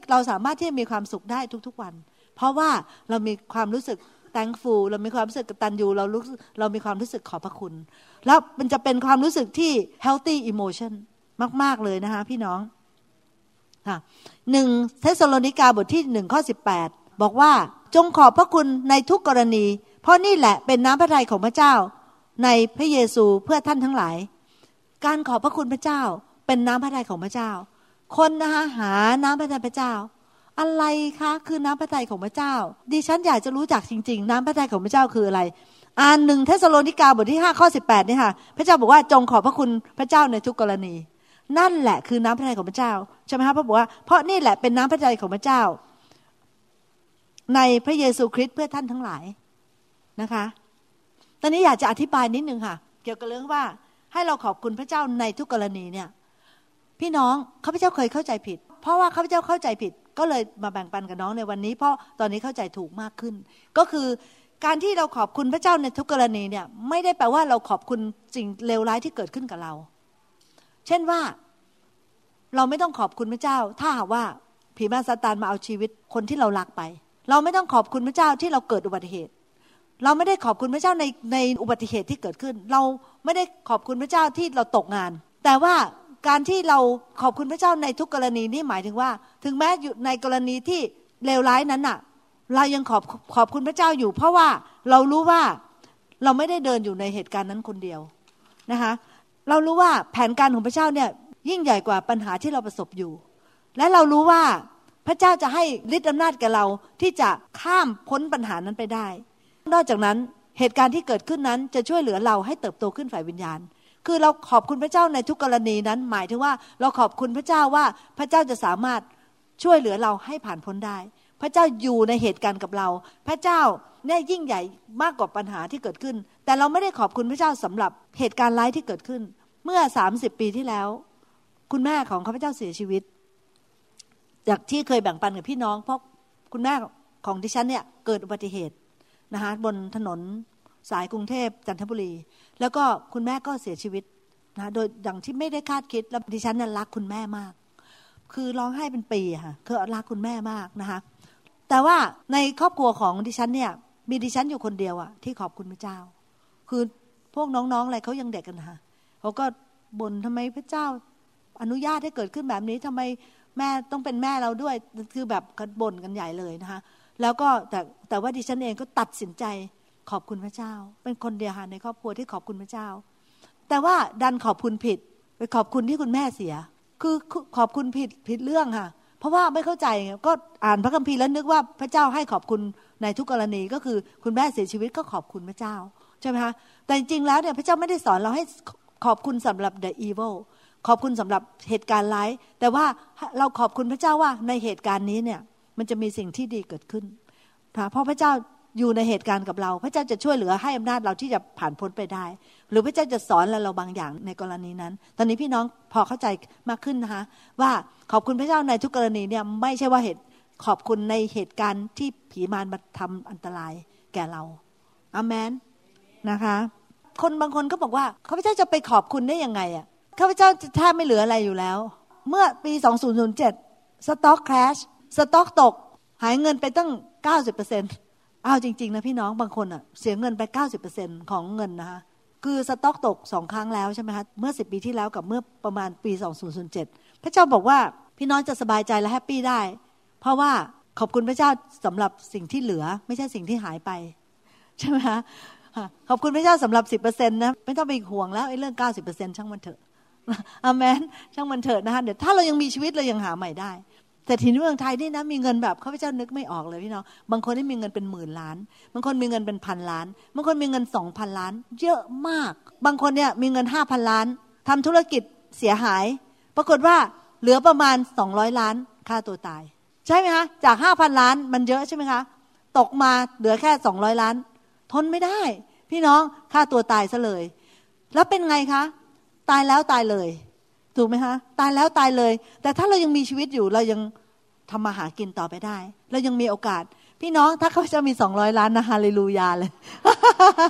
B: เราสามารถที่จะมีความสุขได้ทุกๆวันเพราะว่าเรามีความรู้สึก thankful เรามีความรู้สึกกตัญญูเรารู้เรามีความรู้สึกขอบพระคุณแล้วมันจะเป็นความรู้สึกที่ healthy emotion มากๆเลยนะคะพี่น้องค่ะหนึ่งเธสสโลนิกาบทที่หนึ่งข้อสิบแปดบอกว่าจงขอบพระคุณในทุกกรณีเพราะนี่แหละเป็นน้ำพระทัยของพระเจ้าในพระเยซูเพื่อท่านทั้งหลายการขอบพระคุณพระเจ้าเป็นน้ำพระทัยของพระเจ้าคนนะคะหาน้ำพระทัยพระเจ้าอะไรคะคือน้ำพระทัยของพระเจ้าดิฉันอยากจะรู้จักจริงๆน้ำพระทัยของพระเจ้าคืออะไรอ่านหนึ่งเธสสโลนิกาบทที่ห้าข้อสิบแปดนี่ค่ะพระเจ้าบอกว่าจงขอบพระคุณพระเจ้าในทุกกรณีนั่นแหละคือน้ำพระทัยของพระเจ้าใช่ไหมคะพระบอกว่าเพราะนี่แหละเป็นน้ำพระทัยของพระเจ้าในพระเยซูคริสต์เพื่อท่านทั้งหลายนะคะตอนนี้อยากจะอธิบายนิดนึงค่ะเกี่ยวกับเรื่องว่าให้เราขอบคุณพระเจ้าในทุกกรณีเนี่ยพี่น้องข้าพเจ้าเคยเข้าใจผิดเพราะว่าข้าพเจ้าเข้าใจผิดก็เลยมาแบ่งปันกับน้องในวันนี้เพราะตอนนี้เข้าใจถูกมากขึ้นก็คือการที่เราขอบคุณพระเจ้าในทุกกรณีเนี่ยไม่ได้แปลว่าเราขอบคุณสิ่งเลวร้ายที่เกิดขึ้นกับเราเช่นว่าเราไม่ต้องขอบคุณพระเจ้าถ้าหากว่าผีมารซาตานมาเอาชีวิตคนที่เรารักไปเราไม่ต้องขอบคุณพระเจ้าที่เราเกิดอุบัติเหตุเราไม่ได้ขอบคุณพระเจ้าในในอุบัติเหตุที่เกิดขึ้นเราไม่ได้ขอบคุณพระเจ้าที่เราตกงานแต่ว่าการที่เราขอบคุณพระเจ้าในทุกกรณีนี่หมายถึงว่าถึงแม้อยู่ในกรณีที่เลวร้ายนั้นน่ะเรายังขอบขอบคุณพระเจ้าอยู่เพราะว่าเรารู้ว่าเราไม่ได้เดินอยู่ในเหตุการณ์นั้นคนเดียวนะคะเรารู้ว่าแผนการของพระเจ้าเนี่ยยิ่งใหญ่กว่าปัญหาที่เราประสบอยู่และเรารู้ว่าพระเจ้าจะให้ฤทธิ์อำนาจแก่เราที่จะข้ามพ้นปัญหานั้นไปได้นอกจากนั้นเหตุการณ์ที่เกิดขึ้นนั้นจะช่วยเหลือเราให้เติบโตขึ้นฝ่ายวิญญาณคือเราขอบคุณพระเจ้าในทุกกรณีนั้นหมายถึงว่าเราขอบคุณพระเจ้าว่าพระเจ้าจะสามารถช่วยเหลือเราให้ผ่านพ้นได้พระเจ้าอยู่ในเหตุการณ์กับเราพระเจ้าเนี่ยยิ่งใหญ่มากกว่าปัญหาที่เกิดขึ้นแต่เราไม่ได้ขอบคุณพระเจ้าสำหรับเหตุการณ์ร้ายที่เกิดขึ้นเมื่อสามสิบปีที่แล้วคุณแม่ของข้าพเจ้าเสียชีวิตจากที่เคยแบ่งปันกับพี่น้องเพราะคุณแม่ของดิฉันเนี่ยเกิดอุบัติเหตุนะคะบนถนนสายกรุงเทพจันทบุรีแล้วก็คุณแม่ก็เสียชีวิตนะโดยอย่างที่ไม่ได้คาดคิดแล้วดิฉันน่ะรักคุณแม่มากคือร้องไห้เป็นปีค่ะคือรักคุณแม่มากนะคะแต่ว่าในครอบครัวของดิฉันเนี่ยมีดิฉันอยู่คนเดียวอะที่ขอบคุณพระเจ้าคือพวกน้องๆอะไรเขายังเด็กกันค่ะเขาก็บ่นทำไมพระเจ้าอนุญาตให้เกิดขึ้นแบบนี้ทำไมแม่ต้องเป็นแม่เราด้วยคือแบบกันบ่นกันใหญ่เลยนะคะแล้วก็แต่แต่ว่าดิฉันเองก็ตัดสินใจขอบคุณพระเจ้าเป็นคนเดียวในครอบครัวที่ขอบคุณพระเจ้าแต่ว่าดันขอบคุณผิดไปขอบคุณที่คุณแม่เสียคือขอบคุณผิดผิดเรื่องค่ะเพราะว่าไม่เข้าใจก็อ่านพระคัมภีร์แล้วนึกว่าพระเจ้าให้ขอบคุณในทุกกรณีก็คือคุณแม่เสียชีวิตก็ขอบคุณพระเจ้าใช่ไหมคะแต่จริงๆแล้วเนี่ยพระเจ้าไม่ได้สอนเราให้ขอบคุณสำหรับ the evil ขอบคุณสำหรับเหตุการณ์ร้ายแต่ว่าเราขอบคุณพระเจ้าว่าในเหตุการณ์นี้เนี่ยมันจะมีสิ่งที่ดีเกิดขึ้นเพราะพระเจ้าอยู่ในเหตุการณ์กับเราพระเจ้าจะช่วยเหลือให้อำนาจเราที่จะผ่านพ้นไปได้หรือพระเจ้าจะสอนเราบางอย่างในกรณีนั้นตอนนี้พี่น้องพอเข้าใจมากขึ้นนะคะว่าขอบคุณพระเจ้าในทุกกรณีเนี่ยไม่ใช่ว่าเหตุขอบคุณในเหตุการณ์ที่ผีมารมาทำอันตรายแก่เราอาเมนนะคะคนบางคนก็บอกว่าข้าพเจ้าจะไปขอบคุณได้ยังไงอ่ะข้าพเจ้าแทบไม่เหลืออะไรอยู่แล้วเมื่อปีสองพันเจ็ดสต็อกแครชสต็อกตกหายเงินไปตั้ง เก้าสิบเปอร์เซ็นต์ เอาจริงๆนะพี่น้องบางคนอ่ะเสียเงินไป เก้าสิบเปอร์เซ็นต์ ของเงินนะคะคือสต็อกตกสองครั้งแล้วใช่ไหมคะเมื่อสิบปีที่แล้วกับเมื่อประมาณปีสองพันเจ็ดพระเจ้าบอกว่าพี่น้องจะสบายใจและแฮปปี้ได้เพราะว่าขอบคุณพระเจ้าสำหรับสิ่งที่เหลือไม่ใช่สิ่งที่หายไปใช่ไหมคะขอบคุณพระเจ้าสำหรับ สิบเปอร์เซ็นต์ นะไม่ต้องไปห่วงแล้วไอ้เรื่อง เก้าสิบเปอร์เซ็นต์ ช่างมันเถอะอาเมนช่างมันเถอะนะคะเดี๋ยวถ้าเรายังมีชีวิตเรายังหาใหม่ได้แต่ทีนี้เมืองไทยนี่นะมีเงินแบบข้าพเจ้านึกไม่ออกเลยพี่น้องบางคนที่มีเงินเป็นหมื่นล้านบางคนมีเงินเป็นพันล้านบางคนมีเงิน สองพัน ล้านเยอะมากบางคนเนี่ยมีเงิน ห้าพัน ล้านทำธุรกิจเสียหายปรากฏว่าเหลือประมาณสองร้อยล้านฆ่าตัวตายใช่ไหมคะจาก ห้าพัน ล้านมันเยอะใช่ไหมคะตกมาเหลือแค่สองร้อยล้านทนไม่ได้พี่น้องฆ่าตัวตายซะเลยแล้วเป็นไงคะตายแล้วตายเลยถูกไหมคะตายแล้วตายเลยแต่ถ้าเรายังมีชีวิตอยู่เรายังทำมาหากินต่อไปได้เรายังมีโอกาสพี่น้องถ้าเขาจะมีสองร้อยล้านนะฮาเลลูยาเลย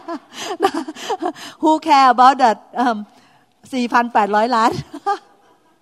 B: Who care about that สี่พันแปดร้อย ล้าน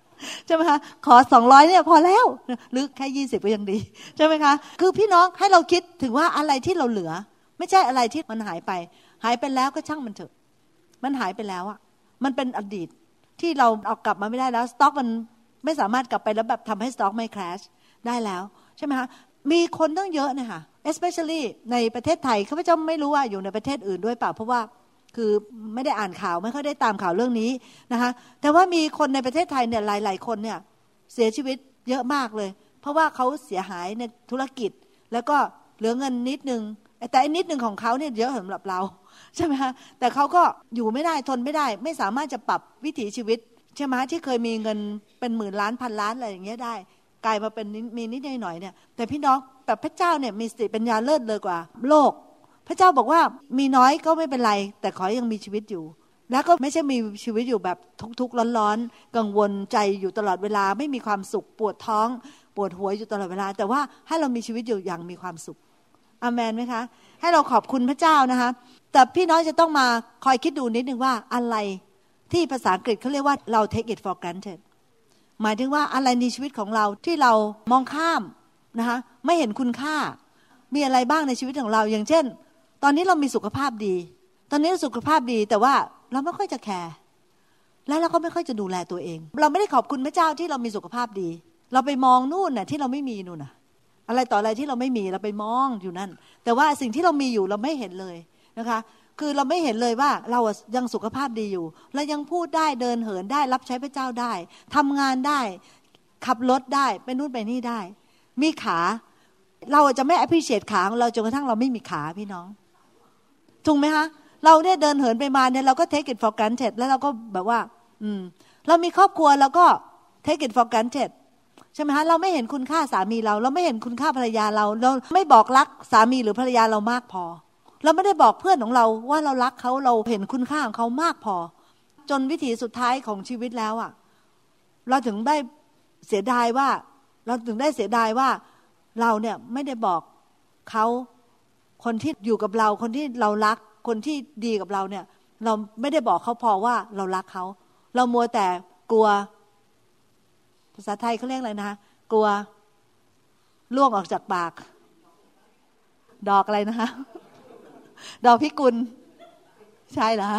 B: ใช่ไหมคะขอสองร้อยเนี่ยพอแล้วหรือแค่ยี่สิบก็ยังดีใช่ไหมคะคือพี่น้องให้เราคิดถึงว่าอะไรที่เราเหลือไม่ใช่อะไรที่มันหายไปหายไปแล้วก็ช่างมันเถอะมันหายไปแล้วอ่ะมันเป็นอดีตที่เราเอากลับมาไม่ได้แล้วสต็อกมันไม่สามารถกลับไปแล้วแบบทำให้สต็อกไม่ crash ได้แล้วใช่ไหมคะมีคนตั้งเยอะนะคะ especially ในประเทศไทยข้าพเจ้าไม่รู้ว่าอยู่ในประเทศอื่นด้วยเปล่าเพราะว่าคือไม่ได้อ่านข่าวไม่ค่อยได้ตามข่าวเรื่องนี้นะคะแต่ว่ามีคนในประเทศไทยเนี่ยหลายๆคนเนี่ยเสียชีวิตเยอะมากเลยเพราะว่าเขาเสียหายในธุรกิจแล้วก็เหลือเงินนิดนึงแต่ไอ้นิดนึงของเขาเนี่ยเยอะสำหรับเราใช่ไหมคะแต่เขาก็อยู่ไม่ได้ทนไม่ได้ไม่สามารถจะปรับวิถีชีวิตใช่ไหมที่เคยมีเงินเป็นหมื่นล้านพันล้านอะไรอย่างเงี้ยได้กลายมาเป็นมีนิดหน่อยเนี่ยแต่พี่น้องแบบพระเจ้าเนี่ยมีสติปัญญาเลิศเลยกว่าโลกพระเจ้าบอกว่ามีน้อยก็ไม่เป็นไรแต่ขอยังมีชีวิตอยู่แล้วก็ไม่ใช่มีชีวิตอยู่แบบทุกข์ๆร้อนๆกังวลใจอยู่ตลอดเวลาไม่มีความสุขปวดท้องปวดหัวอยู่ตลอดเวลาแต่ว่าให้เรามีชีวิตอยู่อย่างมีความสุขอาเมนไหมคะให้เราขอบคุณพระเจ้านะคะแต่พี่น้อยจะต้องมาคอยคิดดูนิดนึงว่าอะไรที่ภาษาอังกฤษเขาเรียกว่าเรา take it for granted หมายถึงว่าอะไรในชีวิตของเราที่เรามองข้ามนะคะไม่เห็นคุณค่ามีอะไรบ้างในชีวิตของเราอย่างเช่นตอนนี้เรามีสุขภาพดีตอนนี้สุขภาพดีแต่ว่าเราไม่ค่อยจะแคร์และเราก็ไม่ค่อยจะดูแลตัวเองเราไม่ได้ขอบคุณพระเจ้าที่เรามีสุขภาพดีเราไปมองนู่นน่ะที่เราไม่มีนู่นน่ะอะไรต่ออะไรที่เราไม่มีเราไปมองอยู่นั่นแต่ว่าสิ่งที่เรามีอยู่เราไม่เห็นเลยนะคะคือเราไม่เห็นเลยว่าเรายังสุขภาพดีอยู่และยังพูดได้เดินเหินได้รับใช้พระเจ้าได้ทำงานได้ขับรถได้ไปนู่นไปนี่ได้มีขาเราจะไม่ appreciate ขาของเราจนกระทั่งเราไม่มีขาพี่น้องถูกไหมคะเราเนี่ยเดินเหินไปมาเนี่ยเราก็ take it for granted แล้วเราก็แบบว่าอืมเรามีครอบครัวเราก็ take it for granted ใช่ไหมคะเราไม่เห็นคุณค่าสามีเราเราไม่เห็นคุณค่าภรรยาเราเราไม่บอกรักสามีหรือภรรยาเรามากพอเราไม่ได้บอกเพื่อนของเราว่าเรารักเขาเราเห็นคุณค่าของเขามากพอจนวิถีสุดท้ายของชีวิตแล้วอ่ะเราถึงได้เสียดายว่าเราถึงได้เสียดายว่าเราเนี่ยไม่ได้บอกเขาคนที่อยู่กับเราคนที่เรารักคนที่ดีกับเราเนี่ยเราไม่ได้บอกเขาพอว่าเรารักเขาเรามัวแต่กลัวภาษาไทยเขาเรียกอะไรนะกลัวล่วงออกจากปากดอกอะไรนะคะดอกพิกุลใช่เหรอ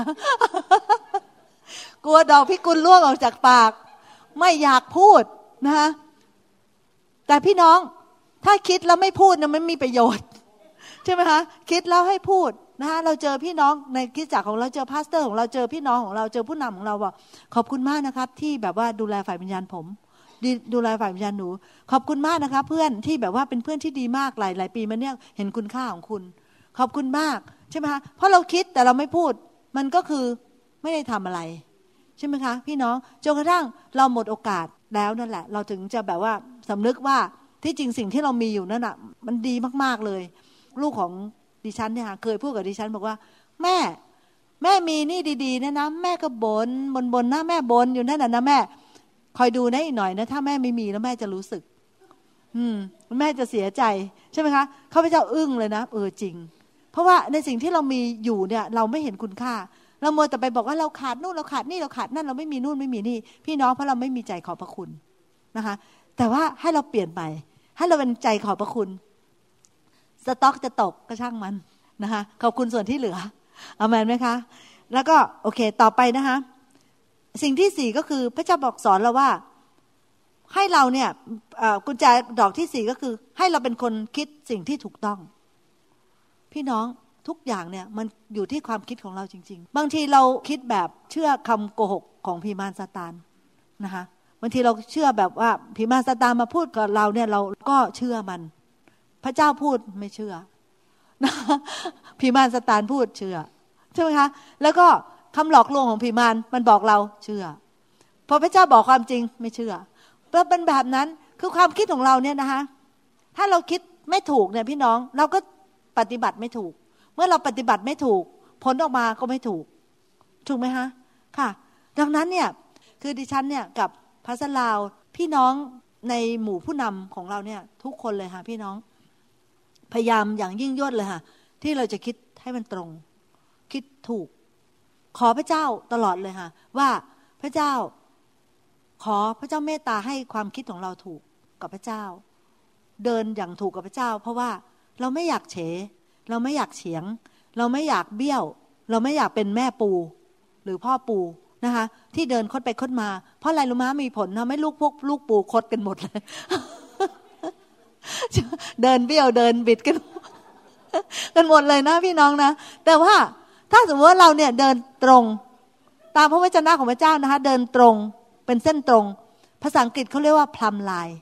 B: กลัวดอกพิกุลล่วงออกจากปากไม่อยากพูดนะคะแต่พี่น้องถ้าคิดแล้วไม่พูดเนี่ยมันมีประโยชน์ใช่ไหมคะคิดแล้วให้พูดนะคะเราเจอพี่น้องในคริสตจักรของเราเจอพาสเตอร์ของเราเจอพี่น้องของเราเจอผู้นำของเราบอกขอบคุณมากนะครับที่แบบว่าดูแลฝ่ายวิญญาณผมดูแลฝ่ายวิญญาณหนูขอบคุณมากนะคะเพื่อนที่แบบว่าเป็นเพื่อนที่ดีมากหลายหลายปีมาเนี่ยเห็นคุณค่าของคุณขอบคุณมากใช่ไหมคะเพราะเราคิดแต่เราไม่พูดมันก็คือไม่ได้ทำอะไรใช่ไหมคะพี่น้องจนกระทั่งเราหมดโอกาสแล้วนั่นแหละเราถึงจะแบบว่าสำนึกว่าที่จริงสิ่งที่เรามีอยู่นั่นน่ะมันดีมากๆเลยลูกของดิฉันเนี่ยเคยพูดกับดิฉันบอกว่าแม่แม่มีนี่ดีๆนะนะแม่ก็บ่นบ่นๆนะแม่บ่นอยู่นั่นน่ะนะแม่คอยดูนะอีกหน่อยนะถ้าแม่ไม่มีแล้วแม่จะรู้สึกอืมแม่จะเสียใจใช่ไหมคะข้าพเจ้าอึ้งเลยนะเออจริงเพราะว่าในสิ่งที่เรามีอยู่เนี่ยเราไม่เห็นคุณค่าเรามัวแต่ไปบอกว่าเราขาดนู่นเราขาดนี่เราขาดนั่นเราไม่มีนู่นไม่มีนี่พี่น้องเพราะเราไม่มีใจขอบพระคุณนะคะแต่ว่าให้เราเปลี่ยนไปให้เราเป็นใจขอบพระคุณสต็อกจะตกก็ช่างมันนะคะขอบคุณส่วนที่เหลืออาเมนไหมคะแล้วก็โอเคต่อไปนะคะสิ่งที่สี่ก็คือพระเจ้าบอกสอนเราว่าให้เราเนี่ยกุญแจดอกที่สี่ก็คือให้เราเป็นคนคิดสิ่งที่ถูกต้องพี่น้องทุกอย่างเนี่ยมันอยู่ที่ความคิดของเราจริงๆบางทีเราคิดแบบเชื่อคำโกหกของผีมารซาตานนะคะบางทีเราเชื่อแบบว่าผีมารซาตานมาพูดกับเราเนี่ยเราก็เชื่อมันพระเจ้าพูดไม่เชื่อนะผีมารซาตานพูดเชื่อใช่ไหมคะแล้วก็คำหลอกลวงของผีมารมันบอกเราเชื่อพอพระเจ้าบอกความจริงไม่เชื่อเพราะเป็นแบบนั้นคือความคิดของเราเนี่ยนะคะถ้าเราคิดไม่ถูกเนี่ยพี่น้องเราก็ปฏิบัติไม่ถูกเมื่อเราปฏิบัติไม่ถูกผลออกมาก็ไม่ถูกถูกไหมคะค่ะดังนั้นเนี่ยคือดิฉันเนี่ยกับพาสลาวพี่น้องในหมู่ผู้นำของเราเนี่ยทุกคนเลยค่ะพี่น้องพยายามอย่างยิ่งยวดเลยค่ะที่เราจะคิดให้มันตรงคิดถูกขอพระเจ้าตลอดเลยค่ะว่าพระเจ้าขอพระเจ้าเมตตาให้ความคิดของเราถูกกับพระเจ้าเดินอย่างถูกกับพระเจ้าเพราะว่าเราไม่อยากเฉเราไม่อยากเฉียงเราไม่อยากเบี้ยวเราไม่อยากเป็นแม่ปูหรือพ่อปูนะคะที่เดินคดไปคดมาเพราะอะไรรู้มั้ยมีผลทำให้ลูกพวกลูกปูคดกันหมดเลย เดินเบี้ยวเดินบิดกันกันหมดเลยนะพี่น้องนะแต่ว่าถ้าสมมติว่าเราเนี่ยเดินตรงตามพระวจนะของพระเจ้านะคะเดินตรงเป็นเส้นตรงภาษาอังกฤษเขาเรียกว่า plumb line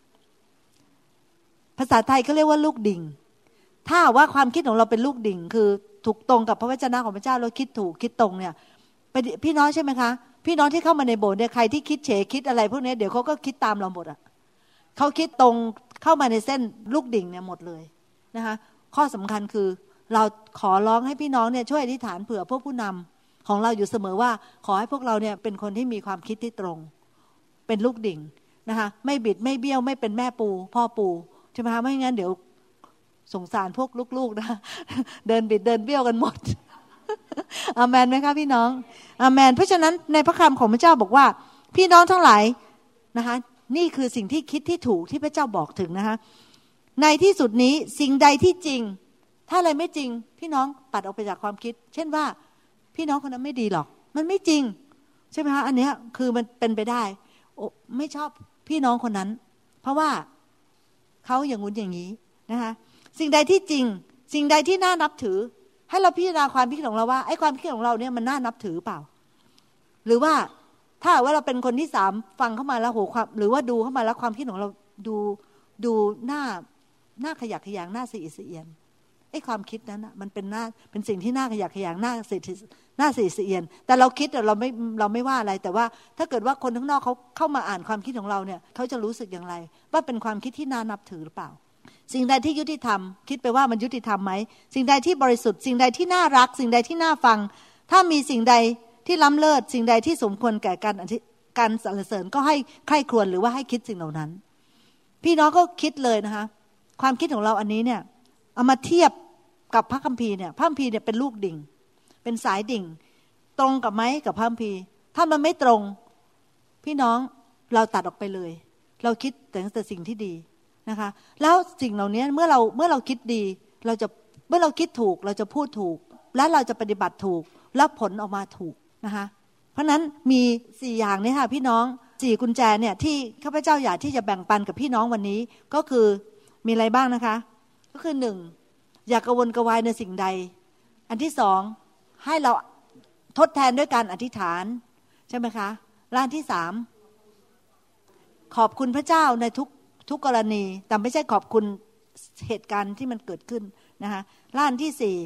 B: ภาษาไทยเขาเรียกว่าลูกดิ่งถ้าว่าความคิดของเราเป็นลูกดิ่งคือถูกตรงกับพระวจนะของพระเจ้าเราคิดถูกคิดตรงเนี่ยพี่น้องใช่ไหมคะพี่น้องที่เข้ามาในโบสถ์เนี่ยใครที่คิดเฉยคิดอะไรพวกนี้เดี๋ยวเขาก็คิดตามเราหมดอ่ะเขาคิดตรงเข้ามาในเส้นลูกดิ่งเนี่ยหมดเลยนะคะข้อสำคัญคือเราขอร้องให้พี่น้องเนี่ยช่วยอธิษฐานเผื่อพวกผู้นำของเราอยู่เสมอว่าขอให้พวกเราเนี่ยเป็นคนที่มีความคิดที่ตรงเป็นลูกดิ่งนะคะไม่บิดไม่เบี้ยวไม่เป็นแม่ปูพ่อปูใช่ไหมคะไม่งั้นเดี๋ยวสงสารพวกลูกๆนะเดินบิดเดินเบี้ยวกันหมดอาเมนไหมคะพี่น้องอาเมนเพราะฉะนั้นในพระคำของพระเจ้าบอกว่าพี่น้องทั้งหลายนะคะนี่คือสิ่งที่คิดที่ถูกที่พระเจ้าบอกถึงนะคะในที่สุดนี้สิ่งใดที่จริงถ้าอะไรไม่จริงพี่น้องตัดออกไปจากความคิดเช่นว่าพี่น้องคนนั้นไม่ดีหรอกมันไม่จริงใช่ไหมคะอันนี้คือมันเป็นไปได้โอ้ไม่ชอบพี่น้องคนนั้นเพราะว่าเขาอย่างงู้นอย่างนี้นะคะสิ่งใดที่จริงสิ่งใดที่น่านับถือให้เราพิจารณาความคิดของเราว่าไอ้ความคิดของเราเนี่ยมันน่านับถือเปล่าหรือว่าถ้าว่าเราเป็นคนที่สามฟังเข้ามาแล้วโหความหรือว่าดูเข้ามาแล้วความคิดของเราดูดูหน้าหน้าขยักขยงหน้าสะอิดสะเอียนไอ้ความคิดนั้นนะมันเป็นหน้าเป็นสิ่งที่หน้าขยักขยงหน้าสะอิดหน้าสะอิดสะเอียนแต่เราคิดเราไม่เราไม่ว่าอะไรแต่ว่าถ้าเกิดว่าคนข้างนอกเขาเข้ามาอ่านความคิดของเราเนี่ยเขาจะรู้สึกอย่างไรว่าเป็นความคิดที่น่านับถือหรือเปล่าสิ่งใดที่ยุติธรรมคิดไปว่ามันยุติธรรมไหมสิ่งใดที่บริสุทธิ์สิ่งใดที่น่ารักสิ่งใดที่น่าฟังถ้ามีสิ่งใดที่ล้ำเลิศสิ่งใดที่สมควรแก่การการสรรเสริญก็ให้ใคร่ครวญหรือว่าให้คิดสิ่งเหล่านั้นพี่น้องก็คิดเลยนะคะความคิดของเราอันนี้เนี่ยเอามาเทียบกับพระคัมภีร์เนี่ยพระคัมภีร์เนี่ยเป็นลูกดิ่งเป็นสายดิ่งตรงกับไหมกับพระคัมภีร์ถ้ามันไม่ตรงพี่น้องเราตัดออกไปเลยเราคิดแต่สิ่งที่ดีนะคะแล้วสิ่งเหล่านี้เมื่อเราเมื่อเราคิดดีเราจะเมื่อเราคิดถูกเราจะพูดถูกและเราจะปฏิบัติถูกแล้วผลออกมาถูกนะคะเพราะนั้นมีสี่อย่างนี้ค่ะพี่น้องสี่กุญแจเนี่ยที่ข้าพเจ้าอยากที่จะแบ่งปันกับพี่น้องวันนี้ก็คือมีอะไรบ้างนะคะก็คือหนึ่งอย่ากกระวนกระวายในสิ่งใดอันที่สองให้เราทดแทนด้วยการอธิษฐานใช่ไหมคะและอันที่สามขอบคุณพระเจ้าในทุกทุกกรณีแต่ไม่ใช่ขอบคุณเหตุการณ์ที่มันเกิดขึ้นนะคะและอันที่สี่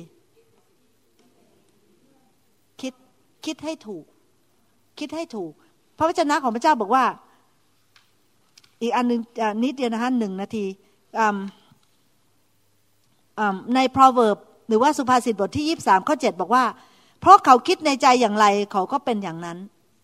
B: คิดคิดให้ถูกคิดให้ถูกพระวจนะของพระเจ้าบอกว่าอีกอันนึงนิดเดียวนะคะหนึ่งนาทีใน Proverb หรือว่าสุภาษิตบทที่ยี่สิบสามข้อเจ็ดบอกว่าเพราะเขาคิดในใจอย่างไรเขาก็เป็นอย่างนั้น